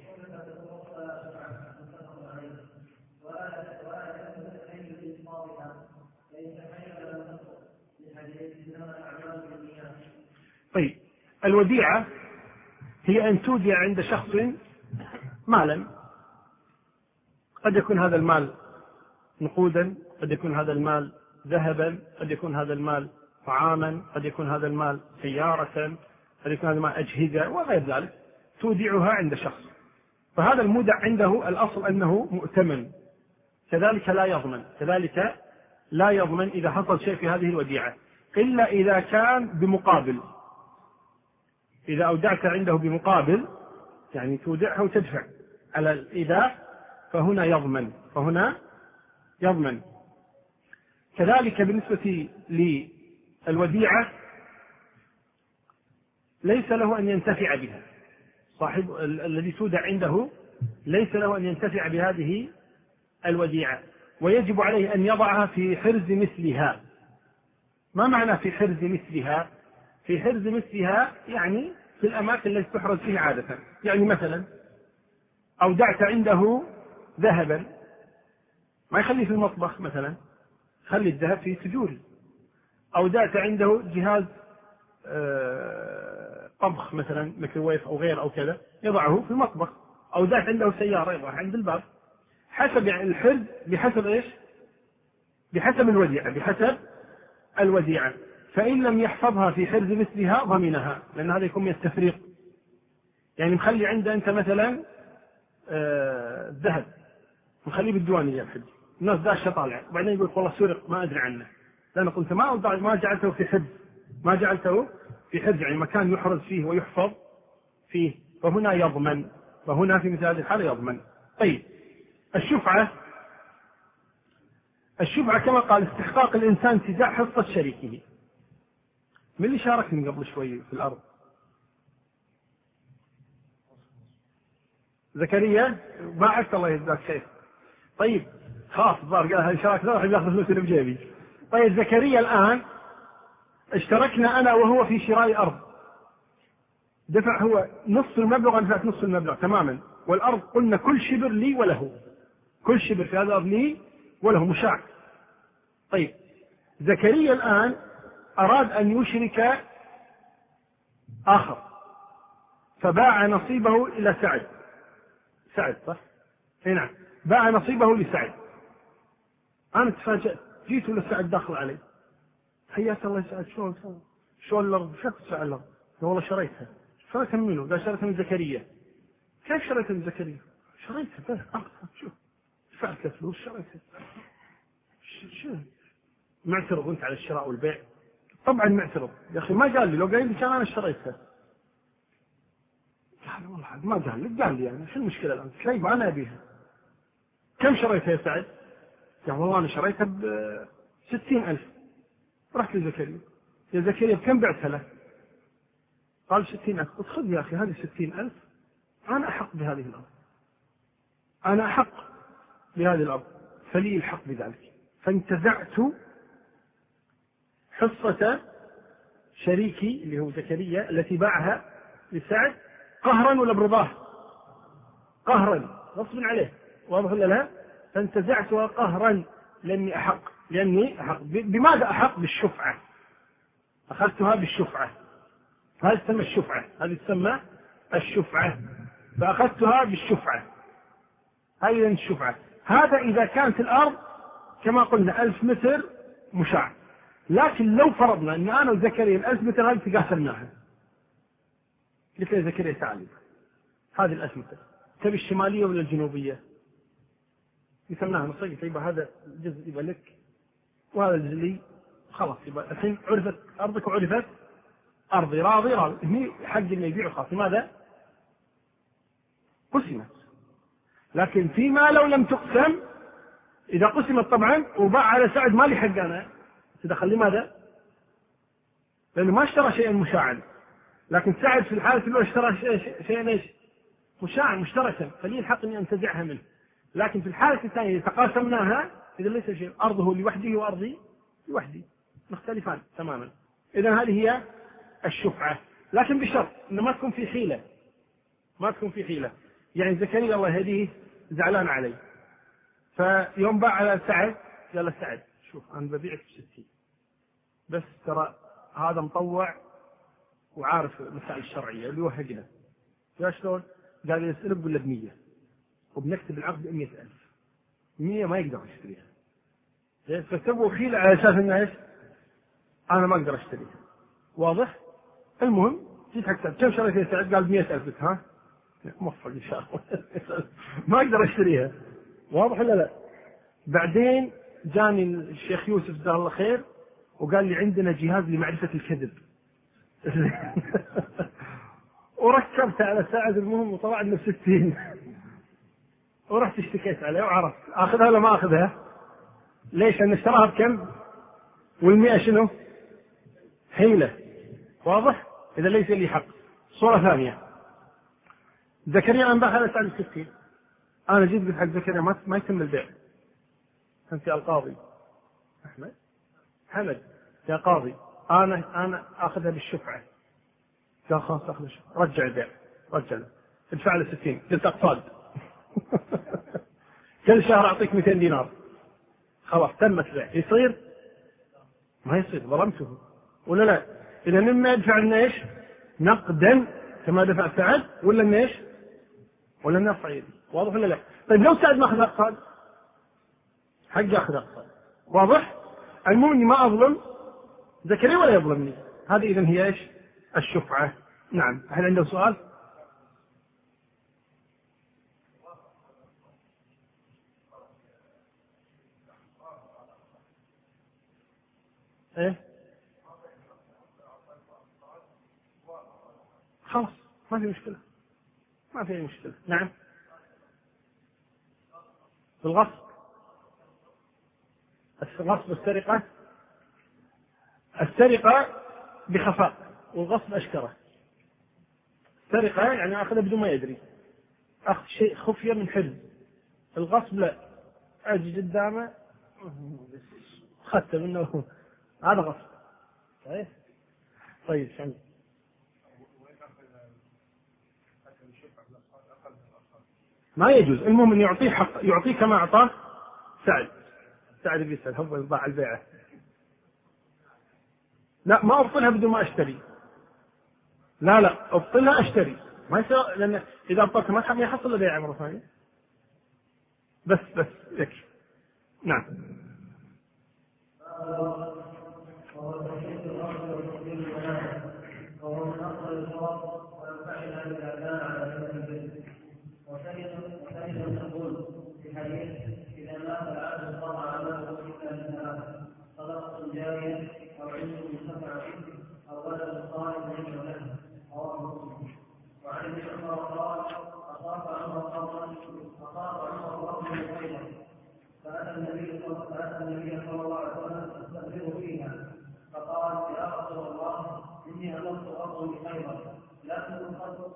طيب الوديعة هي أن تودع عند شخص مالا. قد يكون هذا المال نقودا، قد يكون هذا المال ذهبا، قد يكون هذا المال طعاما، قد يكون هذا المال سيارة، قد يكون هذا المال أجهزة وغير ذلك. تودعها عند شخص فهذا المودع عنده الأصل أنه مؤتمن. كذلك لا يضمن كذلك لا يضمن إذا حصل شيء في هذه الوديعة إلا إذا كان بمقابل. إذا أودعت عنده بمقابل يعني تودعه وتدفع على الإيداع فهنا يضمن فهنا يضمن. كذلك بالنسبة للوديعة ليس له أن ينتفع بها. صاحب الذي تودع عنده ليس له أن ينتفع بهذه الوديعة ويجب عليه أن يضعها في حرز مثلها. ما معنى في حرز مثلها؟ في حرز مثلها يعني في الأماكن التي تحرز فيها عادة. يعني مثلا أودعت عنده ذهبا ما يخليه في المطبخ مثلا، خلي الذهب في سجول. أودعت عنده جهاز طبخ مثلا ميكروويف أو غير أو كذا يضعه في المطبخ. أودعت عنده سيارة يضعها عند الباب. حسب يعني الحرز بحسب إيش؟ بحسب الوديعة بحسب الوديعة. فإن لم يحفظها في حرز مثلها ضمنها لأن هذا يكون من التفريق. يعني مخلي عنده أنت مثلا الذهب آه نخليه بالديوانية الحج، الناس داشة طالع، وبعدين يقول والله سرق ما أدري عنه، لأن قلت ما ما جعلته في حفظ، ما جعلته في حفظ يعني مكان يحرز فيه ويحفظ فيه، فهنا يضمن، فهنا في مثل هذه الحالة يضمن. طيب الشفعة، الشفعة كما قال استحقاق الإنسان انتزاع حصة شريكه. من اللي شاركني قبل شوي في الأرض؟ زكريا باعك الله يجزاك خير. طيب خلاص الظاهر قال هذه شراكة راح ياخذ فلوس اللي بجيبي. طيب زكريا الآن اشتركنا أنا وهو في شراء أرض، دفع هو نصف المبلغ، أنا دفعت نصف المبلغ تماما، والأرض قلنا كل شبر لي وله، كل شبر في هذا الأرض لي وله مشاع. طيب زكريا الآن أراد أن يشرك آخر فباع نصيبه إلى سعد، سعد صح؟ اي نعم، باع نصيبه لسعد. أنا تفاجأت، جيت لسعد داخل علي، حياك الله سعد، شلون شلون الأرض؟ شو سعد الأرض؟ والله شريتها. شريتها من منو؟ قال شريتها من زكريا. كيف شريتها من زكريا؟ شريتها بس شوف دفعت فلوس شريتها. شو معترض أنت على الشراء والبيع؟ طبعا معترض يا أخي، ما قال لي، لو قال لي كان أنا اشتريتها. قال والله ما قال لي، قال لي يعني شو المشكلة الآن؟ طيب أنا أبيها. كم شريتها يا سعد؟ قال والله أنا شريتها بستين ألف. رحت لزكريا، يا زكريا بكم بعتها له؟ قال ستين ألف. قلت خذ يا أخي هذه ستين ألف، أنا أحق بهذه الأرض، أنا أحق بهذه الأرض، فلي الحق بذلك. فانتزعت حصة شريكي اللي هو زكريا التي باعها لسعد قهرا ولا برضاه؟ قهرا غصب عليه، واضح ولا لا؟ فانتزعتها قهرا لأني أحق، لأني أحق. بماذا أحق؟ بالشفعة، أخذتها بالشفعة، هذه تسمى الشفعة، هذه تسمى الشفعة، فأخذتها بالشفعة، هذه الشفعة. هذا إذا كانت الأرض كما قلنا ألف متر مشاع، لكن لو فرضنا أن أنا وزكريا الألف متر هذه تقاسمناها، قلت يا زكريا تعالي هذه الألف متر تبي الشمالية ولا الجنوبية؟ قسمناها نصين، طيب هذا جزء يبقى لك وهذا الجزء لي، خلاص يبقى الحين عرفت أرضك وعرفت أرضي، راضي راضي، هني حق اللي يبيع خلاص. لماذا؟ قسمت. لكن فيما لو لم تقسم، إذا قسمت طبعا وباع على سعد ما لي حق أنا، تدخل لماذا؟ لأنه ما اشترى شيئا مشاعا، لكن سعد في الحالة الأولى اشترى شيئا ايش؟ مشاعا مشتركا، فلي الحق أني أنتزعها منه. لكن في الحالة الثانية تقاسمناها، إذا ليس شيء، أرضه لوحده وأرضي لوحدي، مختلفان تماما. إذن هذه هي الشفعة، لكن بشرط أنه ما تكون في حيلة، ما تكون في حيلة. يعني زكريا الله يهديه زعلان علي، فيوم باع على سعد قال له سعد شوف أنا ببيعك بستين، بس ترى هذا مطوع وعارف المسائل الشرعية اللي وهقنا. قال شلون؟ قال يسألك قل له بمية، وبنكتب العقد بمية ألف، مية ما يقدر يشتريها، فسووا حيلة على أساس إنه إيش؟ أنا ما أقدر أشتريها، واضح؟ المهم جيت حسبت كم شريت يا سعد؟ قال مية ألف. ها موفق إن شاء الله ما أقدر أشتريها، واضح ولا لا؟ بعدين جاني الشيخ يوسف جزاه الله خير وقال لي عندنا جهاز لمعرفة الكذب وركبت على ساعد المهم وطلع لنا ستين ورحت اشتكيت عليه وعرفت اخذها ولا ما اخذها. ليش؟ ان اشتراها بكم والمئة شنو؟ حيلة، واضح؟ اذا ليس لي حق. صورة ثانية، زكريا انباع على سعد الستين، انا جيت قلت حق زكريا ما ما يتم البيع، انت يا القاضي احمد حمد يا قاضي انا انا اخذها بالشفعة. قال خلاص اخذ الشفعة، رجع البيع، رجع له ادفع له ستين. قلت اقصاد كل شهر اعطيك مئتين دينار، خلاص تمت البيع. يصير؟ ما يصير، ظلمته ولا لا؟ اذا مما يدفع لنا ايش؟ نقدا كما دفع سعد، ولا من ايش؟ ولا من يرفع يدي، واضح ولا لا؟ طيب لو سعد ما اخذ اقصاد، حق ياخذ اقصاد، واضح؟ المهم اني ما اظلم زكريا ولا يظلمني، هذه اذا هي ايش؟ الشفعة. نعم. هل عنده سؤال؟ ايه خلاص ما في مشكلة، ما في أي مشكلة. نعم. الغصب، الغصب والسرقة، السرقة بخفاء والغصب أشكره. السرقة يعني أخذ بدون ما يدري، أخذ شيء خفية من حرز. الغصب لا، أجي قدامه أخذت منه، هذا غصب. طيب طيب شمس. ما يجوز، المهم أن يعطيه حق، يعطيه كما أعطاه سعد. سعد بيسأل هو يضاع البيعة. لا ما أبطلها بدون ما أشتري، لا لا أبطلها أشتري، ما يصير، لأن إذا أبطلتها ما ما يحصل بيعة مرة ثانية. بس بس يكفي. نعم. إذا مات العبد صار عمله إلا من ثلاث: صدقة جارية أو علم ينتفع به أو ولد صالح يدعو له. رواه مسلم. وعن ابن عمر قال: أصاب عمر قوما أصاب عمر قوما خيرا فأتى النبي صلى الله عليه وسلم يستخبره فيها فقال: يا رسول الله إني أمرت أرضا بخيرا لكن قد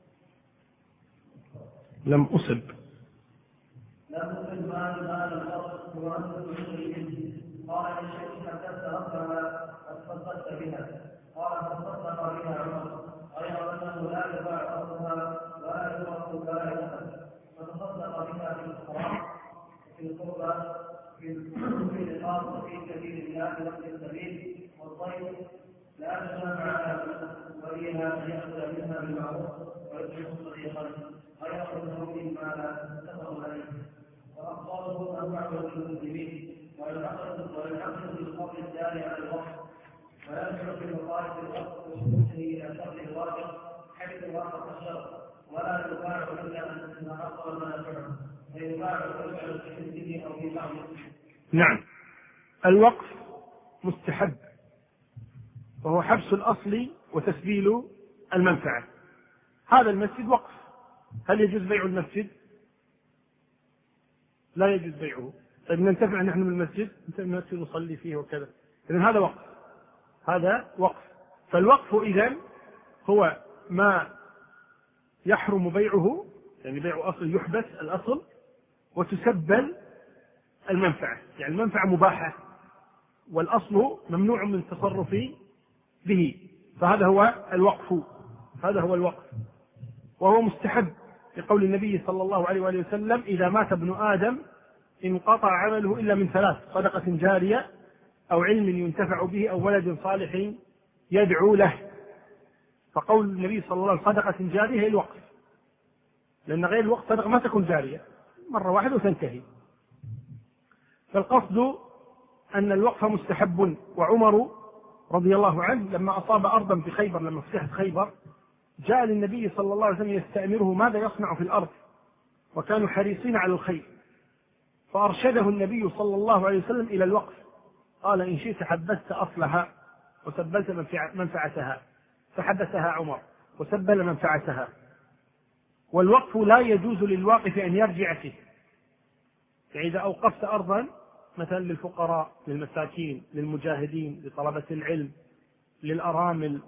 لم أصب لم أصب مال مال الأرض وأنت تشري. قال: إن شئت حدثت ربها فتصدقت بها. قال: فتصدق بها عمر، غير أنه لا يباع أرضها ولا يترك بائعها، فتصدق بها في الفقراء في القربى في الرقاب في سبيل الله وفي السبيل والطيب لا تجمع على وليها أن يأخذ منها بالمعروف ويطعم صديقا غير أنه مما لا تفهم عليه. وأفضله أنواع المسلمين وينعقد بالقول الدال على الوقت ويرجع في مخالف الوقت وشروطه إلى شرط الواقع حيث وافق الشرع ولا يباع إلا أن حصل منافعه فيباع ويجعل في حزبه أو في بعضه. نعم. الوقف مستحب، وهو حبس الأصل وتسبيل المنفعة. هذا المسجد وقف، هل يجوز بيع المسجد؟ لا يجوز بيعه. طيب ننتفع نحن من المسجد، المسجد نصلي فيه وكذا، إذن هذا وقف، هذا وقف. فالوقف إذن هو ما يحرم بيعه، يعني بيع أصل يحبس الأصل وتسبل المنفعة، يعني المنفعة مباحة والأصل ممنوع من التصرف به، فهذا هو الوقف، هذا هو الوقف. وهو مستحب لقول النبي صلى الله عليه وآله وسلم: إذا مات ابن آدم انقطع عمله إلا من ثلاث: صدقة جارية أو علم ينتفع به أو ولد صالح يدعو له. فقول النبي صلى الله عليه وسلم صدقة جارية هي الوقف، لأن غير الوقف صدقة ما تكون جارية، مرة واحدة وتنتهي. فالقصد أن الوقف مستحب. وعمر رضي الله عنه لما أصاب أرضا بخيبر، لما فتحت خيبر، جاء للنبي صلى الله عليه وسلم يستأمره ماذا يصنع في الأرض، وكانوا حريصين على الخير، فأرشده النبي صلى الله عليه وسلم إلى الوقف. قال: إن شئت حبست أصلها وسبلت منفعتها، فحبسها عمر وسبل منفعتها. والوقف لا يجوز للواقف أن يرجع فيه، يعني إذا أوقفت أرضا مثلا للفقراء، للمساكين، للمجاهدين، لطلبة العلم، للأرامل،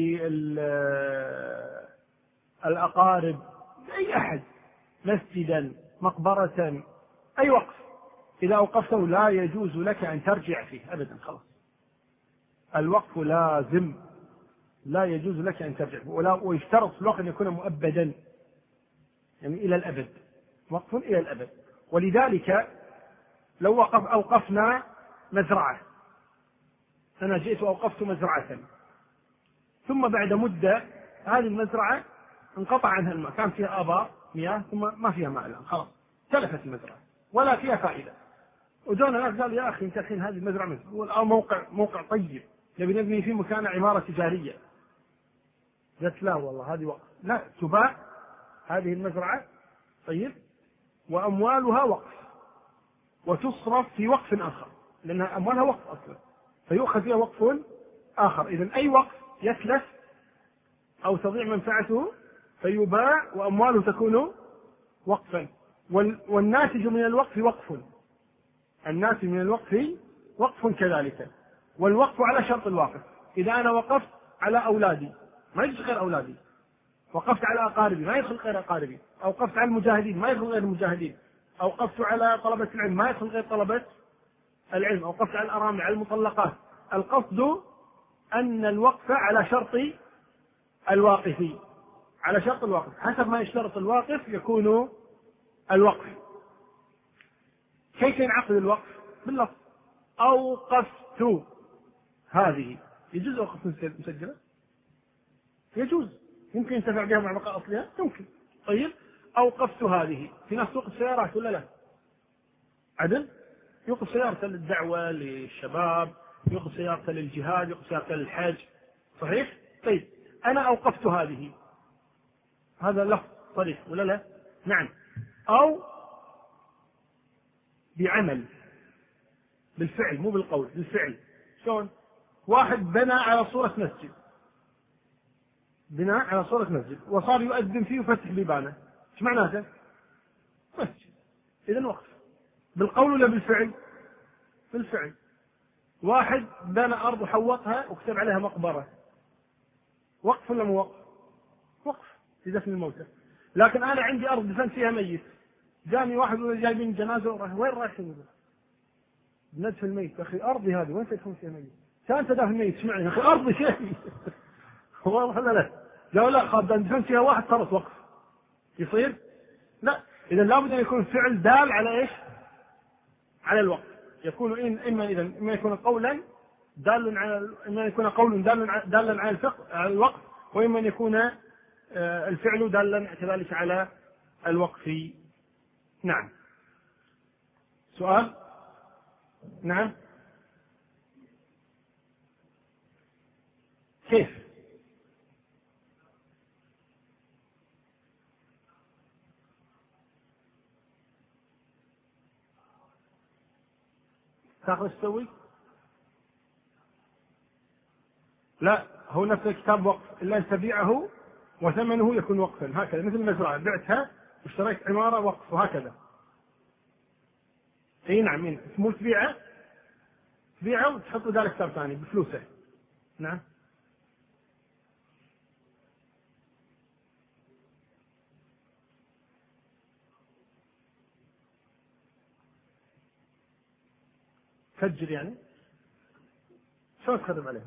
للأقارب، أي أحد، مسجدا، مقبرة، أي وقف إذا أوقفته لا يجوز لك أن ترجع فيه أبدا، خلاص. الوقف لازم، لا يجوز لك أن ترجع فيه، ولا ويشترط في الوقت أن يكون مؤبدا، يعني إلى الأبد، وقف إلى الأبد. ولذلك لو وقف أوقفنا مزرعة، أنا جئت وأوقفت مزرعة، ثم بعد مدة هذه المزرعة انقطع عنها الماء، كان فيها آبار مياه ثم ما فيها ماء الآن، خلاص تلفت المزرعة ولا فيها فائدة. وجونا الناس قال: يا أخي أنت الحين هذه المزرعة والآن موقع موقع طيب نبي نبني فيه مكان عمارة تجارية. قلت: لا والله هذه وقف، لا تباع هذه المزرعة، طيب، وأموالها وقف وتصرف في وقف آخر، لأن أموالها وقف أصلا، فيؤخذ فيها وقف آخر. إذن أي وقف يتلف أو تضيع منفعته فيباع وأمواله تكون وقفا. والناتج من الوقف وقف، الناتج من الوقف وقف كذلك. والوقف على شرط الواقف. إذا أنا وقفت على أولادي ما يدخل غير أولادي، وقفت على أقاربي ما يدخل غير أقاربي، أو وقفت على المجاهدين ما يدخل غير المجاهدين، أو وقفت على طلبة العلم ما يدخل غير طلبة العلم، أو وقفت على الأرامل على المطلقات. القصد أن الوقف على شرط الواقف، على شرط الواقف، حسب ما يشترط الواقف يكون الوقف. كيف ينعقد الوقف؟ باللفظ أوقفت هذه، يجوز أوقف مسجلة؟ يجوز، يمكن ينتفع بها مع بقاء أصلها، يمكن. طيب أوقفت هذه، في ناس توقف سيارات ولا لا؟ عدل؟ يوقف سيارة للدعوة للشباب، يوقف سيارة للجهاد، يوقف سيارة للحج، صحيح؟ طيب أنا أوقفت هذه، هذا لفظ صريح ولا لا؟ نعم. أو بعمل، بالفعل مو بالقول، بالفعل. شلون؟ واحد بنى على صورة مسجد، بناء على صورة مسجد وصار يؤذن فيه وفتح بيبانه، ايش معناته؟ مسجد. إذن وقف. بالقول ولا بالفعل؟ بالفعل. واحد بنى أرض وحوطها وكتب عليها مقبرة، وقف ولا مو وقف؟ وقف لدفن الموتى. لكن أنا عندي أرض دفنت فيها ميت، جاني واحد ولا جايبين جنازة وراح، وين رايحين؟ ندفن الميت. أخي أرضي هذه وين تدفن فيها ميت؟ كان تدفن الميت، ايش معنى؟ أخي أرضي شيء واضح ولا لا؟ لا لا خاب دفن فيها واحد صارت وقف، يصير؟ لا. إذا لابد أن يكون فعل دال على إيش؟ على الوقف. يكون إن إما إذا إما يكون قولا دال على، إما يكون قول دال دالا على الفقه على الوقف، وإما أن يكون الفعل دالا كذلك على الوقف. نعم. سؤال؟ نعم. كيف؟ تاخذ تسوي؟ لا، هو نفس الكتاب وقف إلا أن تبيعه وثمنه يكون وقفا، هكذا مثل المزرعة بعتها واشتريت عمارة وقف وهكذا. اي نعم، مو تبيعه تبيعه وتحط ذلك كتاب ثاني بفلوسه. نعم. فجر يعني شلون تخدم عليها؟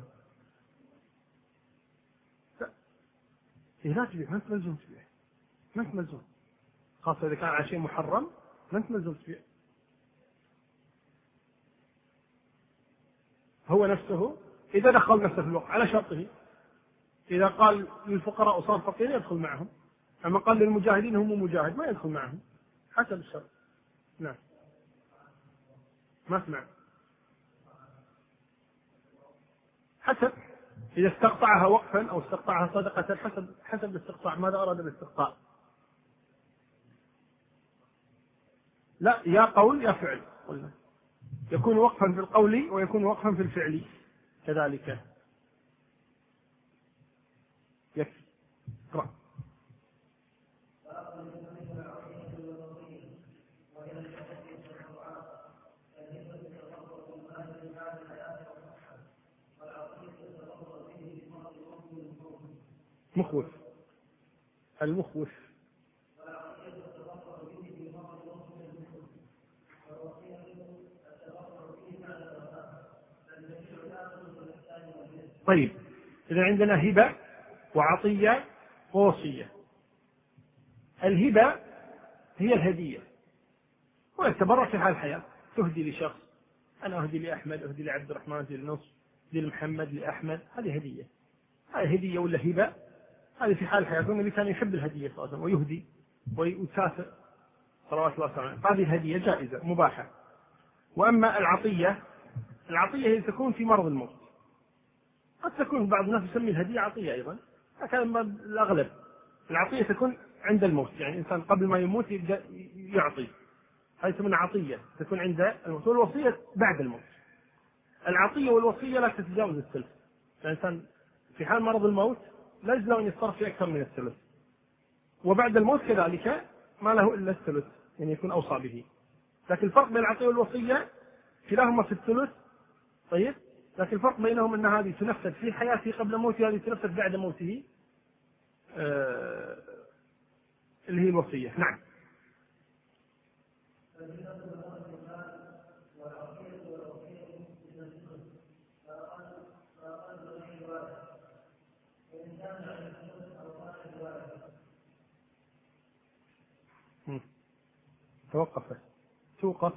لا، إيه لا تبيع، ما أنت ملزوم تبيع، ما أنت ملزوم، خاصة إذا كان على شيء محرم ما أنت ملزوم تبيع. هو نفسه إذا دخل نفسه في الوقت على شرطه، إذا قال للفقراء وصار فقير يدخل معهم، أما قال للمجاهدين هم مجاهد ما يدخل معهم حسب الشرط. نعم. ما سمع. حسب، إذا استقطعها وقفا أو استقطعها صدقة، حسب حسب الاستقطاع، ماذا أراد بالاستقطاع؟ لا، يا قول يا فعل، قلنا يكون وقفا في القول ويكون وقفا في الفعل كذلك. يكفي. اقرأ. مخوف، المخوف. طيب، إذا عندنا هبة وعطية ووصية. الهبة هي الهدية، ويتبرع في حال الحياة، تهدي لشخص، أنا أهدي لأحمد، أهدي لعبد الرحمن، أهدي لنصر، أهدي لمحمد، لأحمد، هذه هدية. هذه هدية ولا هبة، هذه في حال الحياة. النبي كان يحب الهدية صلى الله عليه وسلم ويهدي ويكافئ صلوات الله وسلامه. هذه الهدية جائزة مباحة. وأما العطية، العطية هي تكون في مرض الموت، قد تكون بعض الناس يسمي الهدية عطية أيضا، لكن الأغلب العطية تكون عند الموت، يعني الإنسان قبل ما يموت يبدأ يعطي، هذه تسمى عطية، تكون عند الموت. والوصية بعد الموت. العطية والوصية لا تتجاوز الثلث. الإنسان في حال مرض الموت لا يجوز له أن يتصرف في أكثر من الثلث، وبعد الموت كذلك ما له إلا الثلث، يعني يكون أوصى به. لكن الفرق بين العطية والوصية كلاهما في الثلث. طيب، لكن الفرق بينهم أن هذه تنفذ في حياته قبل موته، هذه تنفذ بعد موته، آه اللي هي الوصية. نعم. توقف توقف.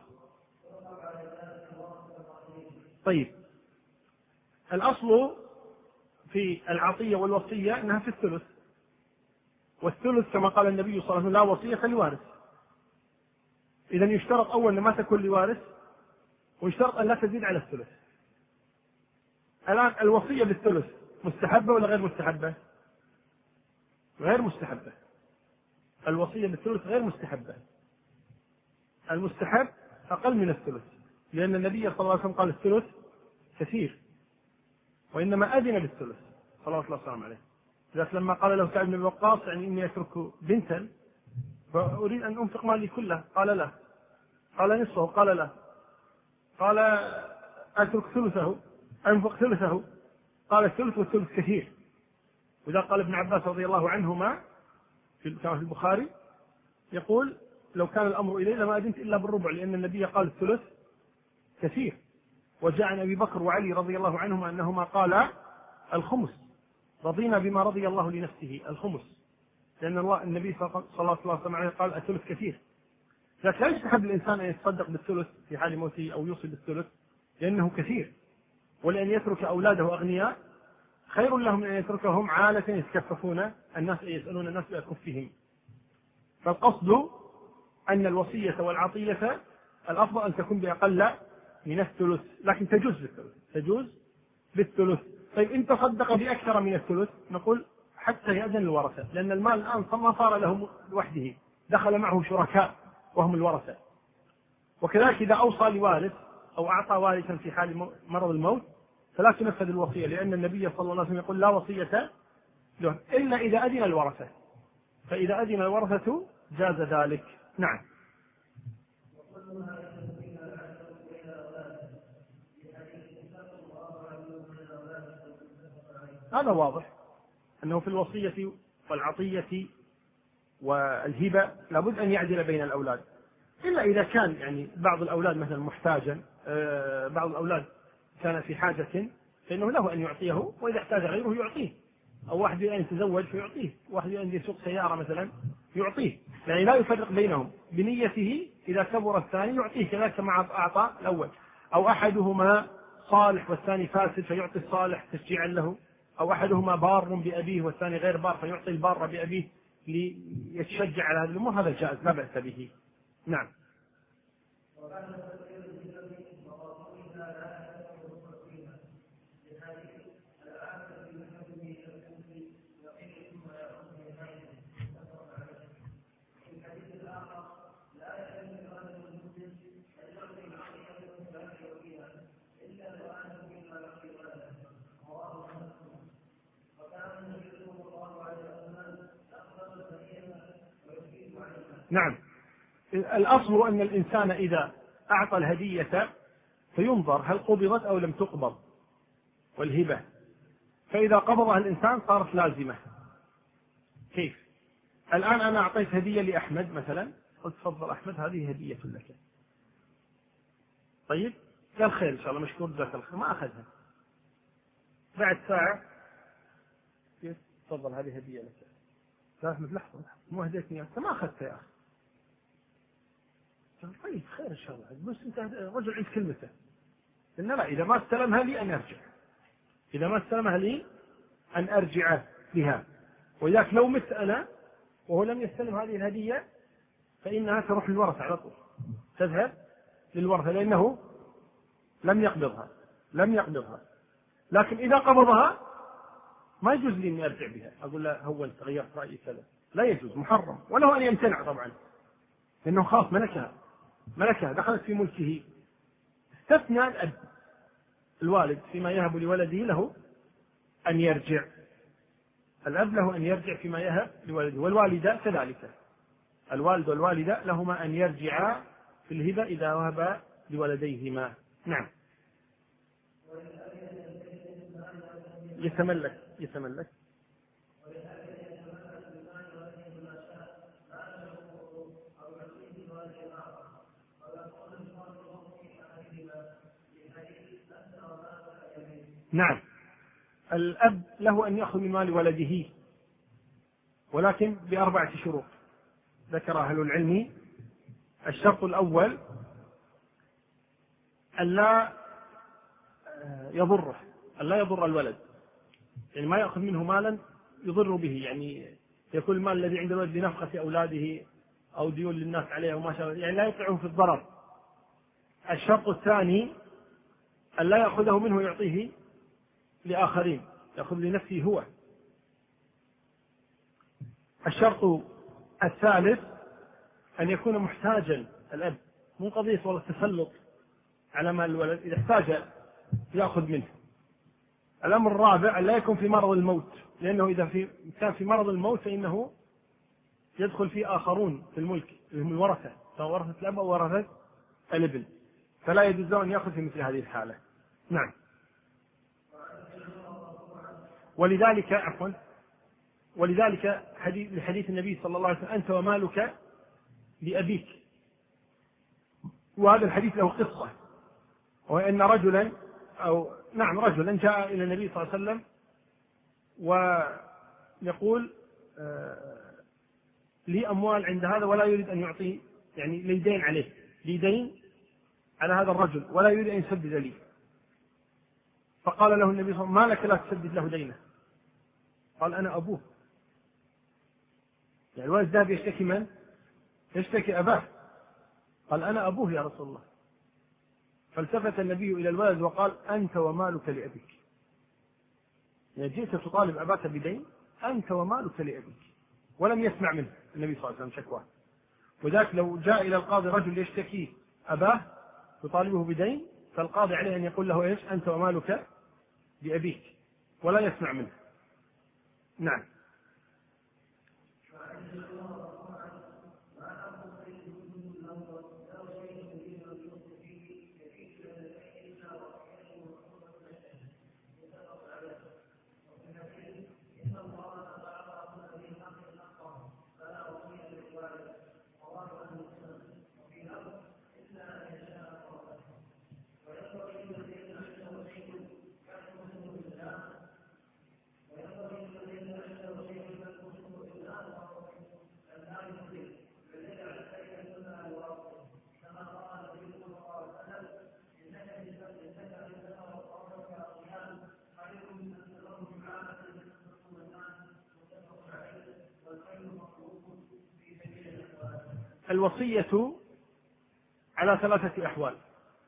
طيب، الأصل في العطية والوصية أنها في الثلث، والثلث كما قال النبي صلى الله عليه وسلم لا وصية لوارث. إذا يشترط أولا ما تكون لوارث، ويشترط أن لا تزيد على الثلث. الآن الوصية بالثلث مستحبة ولا غير مستحبة؟ غير مستحبة. الوصية بالثلث غير مستحبة. المستحب أقل من الثلث، لأن النبي صلى الله عليه وسلم قال الثلث كثير، وإنما أذن بالثلث صلى الله عليه وسلم. لذلك لما قال له سعد بن وقاص يعني إني أترك بنتا فأريد أن أنفق مالي كله، قال لا. قال نصفه، قال لا. قال أترك ثلثه، أنفق ثلثه، قال الثلث والثلث كثير. وإذا قال ابن عباس رضي الله عنهما في البخاري يقول لو كان الأمر إلي لما أذنت إلا بالربع، لأن النبي قال الثلث كثير. وجاء عن أبي بكر وعلي رضي الله عنهما أنهما قالا الخمس، رضينا بما رضي الله لنفسه، الخمس، لأن الله النبي صلى الله عليه وسلم قال الثلث كثير. لكن لا يستحب الإنسان أن يتصدق بالثلث في حال موته أو يوصي بالثلث لأنه كثير، ولأن يترك أولاده أغنياء خير لهم من أن يتركهم عالة يتكففون الناس، يسألون الناس بأكفهم. فالقصد أن الوصية والعطية الأفضل أن تكون بأقل من الثلث، لكن تجوز بالثلث، تجوز بالثلث. طيب إن تصدق بأكثر من الثلث نقول حتى يأذن الورثة، لأن المال الآن ما صار له لوحده، دخل معه شركاء وهم الورثة. وكذلك إذا أوصى لوارث أو أعطى وارثا في حال مرض الموت فلا تنفذ الوصية، لأن النبي صلى الله عليه وسلم يقول لا وصية له إلا إذا أذن الورثة، فإذا أذن الورثة جاز ذلك. نعم. هذا واضح أنه في الوصية والعطية والهبة لابد أن يعدل بين الأولاد، إلا إذا كان يعني بعض الأولاد مثلا محتاجا، بعض الأولاد كان في حاجة فإنه له أن يعطيه، وإذا احتاج غيره يعطيه، أو واحد أن يتزوج فيعطيه، واحد أن يسوق سيارة مثلا يعطيه، يعني لا يفرق بينهم بنيته. إذا كبر الثاني يعطيه كذلك مع أعطى الأول، أو أحدهما صالح والثاني فاسد فيعطي الصالح تشجيعا له، أو أحدهما بار بأبيه والثاني غير بار فيعطي البار بأبيه ليتشجع على هذه الأمور، هذا جائز لا بأس به. نعم. نعم. الأصل أن الإنسان إذا أعطى الهدية فينظر هل قبضت أو لم تقبض، والهبة فإذا قبضها الإنسان صارت لازمة. كيف؟ الآن أنا أعطيت هدية لأحمد مثلا، قلت تفضل أحمد هذه هدية لك. طيب قال خير إن شاء الله مشكور جزاك الله خير، ما أخذها. بعد ساعة تفضل هذه هدية لك. قال أحمد لحظة مو هديتني أنت، ما أخذتها يا أخي. طيب خير إن شاء الله، بس أنت رجل عند كلمته. إن لا، إذا ما استلمها لي أن أرجع، إذا ما استلمها لي أن أرجع بها. وإذاك لو مت أنا وهو لم يستلم هذه الهدية فإنها تروح للورثة على طول، تذهب للورثة لأنه لم يقبضها لم يقبضها لكن إذا قبضها ما يجوز لي أن أرجع بها، أقول له هو أنت غيرت رأيي كذا، لا يجوز، محرم. وله أن يمتنع طبعا لأنه خاص ملكها ملكها دخلت في ملكه. استثنى الأب، الوالد فيما يهب لولده له أن يرجع، الأب له أن يرجع فيما يهب لولده، والوالدة كذلك، الوالد والوالدة لهما أن يرجعا في الهبة إذا وهب لولديهما. نعم. يتملك يتملك نعم. الأب له أن يأخذ من مال ولده، ولكن بأربعة شروط ذكر أهل العلم. الشرط الأول ألا يضره، ألا يضر الولد، يعني ما يأخذ منه مالا يضر به، يعني يكون المال الذي عند الولد لنفقة أولاده أو ديون للناس عليه وما شابه، يعني لا يقعه في الضرر. الشرط الثاني ألا يأخذه منه يعطيه لآخرين، يأخذ لنفسه هو. الشرط الثالث أن يكون محتاجا الأب، مو قضية والله التسلط على مال الولد، إذا احتاج يأخذ منه. الأمر الرابع أن لا يكون في مرض الموت، لأنه إذا في كان في مرض الموت فإنه يدخل فيه آخرون في الملك اللي هم الورثة، سواء ورثة الأب أو ورثة الابن، فلا يجوز له أن يأخذ في مثل هذه الحالة. نعم. ولذلك عفوا ولذلك حديث لحديث النبي صلى الله عليه وسلم أنت ومالك لأبيك، وهذا الحديث له قصة، وأن رجلا أو نعم رجلا جاء إلى النبي صلى الله عليه وسلم ويقول آه لي أموال عند هذا ولا يريد أن يعطي، يعني لي دين عليه، لي دين على هذا الرجل ولا يريد أن يسدد لي. فقال له النبي صلى الله عليه وسلم ما لك لا تسدد له دينه؟ قال أنا أبوه. يعني الولد ذهب يشتكي من؟ يشتكي أباه، قال أنا أبوه يا رسول الله. فالتفت النبي إلى الولد وقال أنت ومالك لأبيك، يعني جئت تطالب أباك بدين، أنت ومالك لأبيك. ولم يسمع منه النبي صلى الله عليه وسلم شكواه. وذاك لو جاء إلى القاضي رجل يشتكي أباه يطالبه بدين، فالقاضي عليه أن يقول له إيش؟ أنت ومالك لأبيك، ولا يسمع منه. نعم. الوصية على ثلاثة أحوال: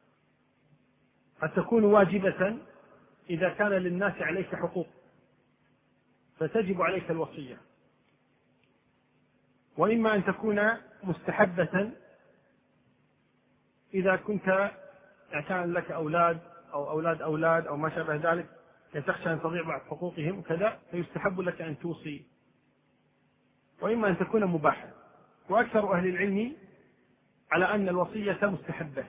قد تكون واجبة إذا كان للناس عليك حقوق فتجب عليك الوصية، وإما أن تكون مستحبة إذا كنت كان لك أولاد أو أولاد أولاد أو ما شابه ذلك، تخشى أن تضيع بعض حقوقهم كذا، فيستحب لك أن توصي. وإما أن تكون مباحة، وأكثر أهل العلم على أن الوصية مستحبة.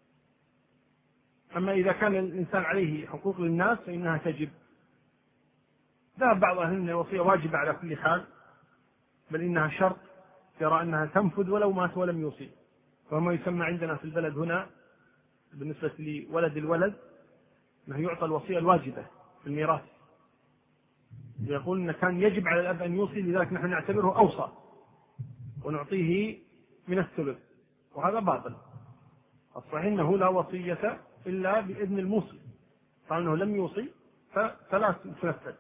أما إذا كان الإنسان عليه حقوق للناس فإنها تجب. ذهب بعض أهل العلم الوصية واجبة على كل حال، بل إنها شرط، يرى أنها تنفذ ولو مات ولم يوصي، وما يسمى عندنا في البلد هنا بالنسبة لولد الولد أنه يعطى الوصية الواجبة في الميراث، يقول أن كان يجب على الأب أن يوصي، لذلك نحن نعتبره أوصى ونعطيه من الثلث، وهذا باطل. الصحيح أنه لا وصية إلا بإذن الموصي، قال أنه لم يوصي فلا تنفذ.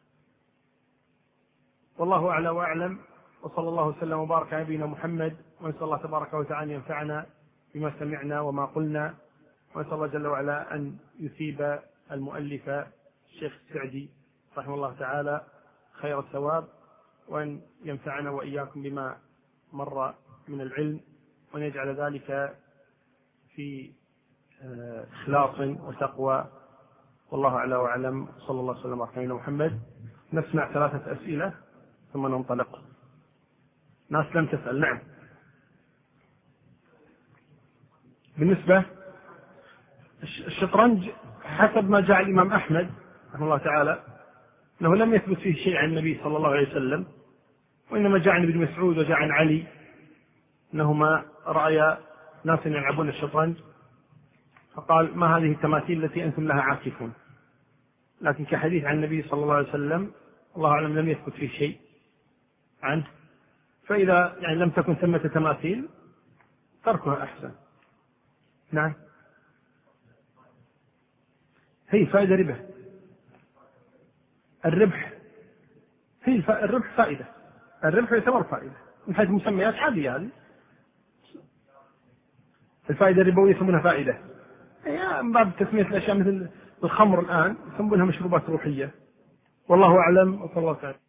والله أعلى وأعلم، وصلى الله وسلم وبارك على نبينا محمد، ونسأل الله تبارك وتعالى أن ينفعنا بما سمعنا وما قلنا، ونسأل الله جل وعلا أن يثيب المؤلف الشيخ السعدي رحمه الله تعالى خير الثواب، وأن ينفعنا وإياكم بما مر من العلم، وأن يجعل ذلك في إخلاص وتقوى والله أعلى وأعلم. صلى الله وسلم على نبينا محمد. نسمع ثلاثة أسئلة ثم ننطلق. ناس لم تسأل. نعم. بالنسبة الشطرنج حسب ما جاء الإمام أحمد رحمه الله تعالى أنه لم يثبت فيه شيء عن النبي صلى الله عليه وسلم، وإنما جاء عن ابن مسعود وجاء عن علي أنهما رأيا ناس يلعبون الشطرنج فقال ما هذه التماثيل التي أنتم لها عاكفون. لكن كحديث عن النبي صلى الله عليه وسلم الله أعلم لم يثبت فيه شيء عنه، فإذا يعني لم تكن ثمة تماثيل تركها أحسن. نعم. هي فائدة ربح. الربح هي الربح فائدة. الربح يعتبر فائدة من حيث مسميات عادية. هذه الفائدة الربوية يسمونها فائدة، يعني من باب تسمية الأشياء مثل الخمر الآن يسمونها مشروبات روحية. والله أعلم وصلى الله عليه وسلم.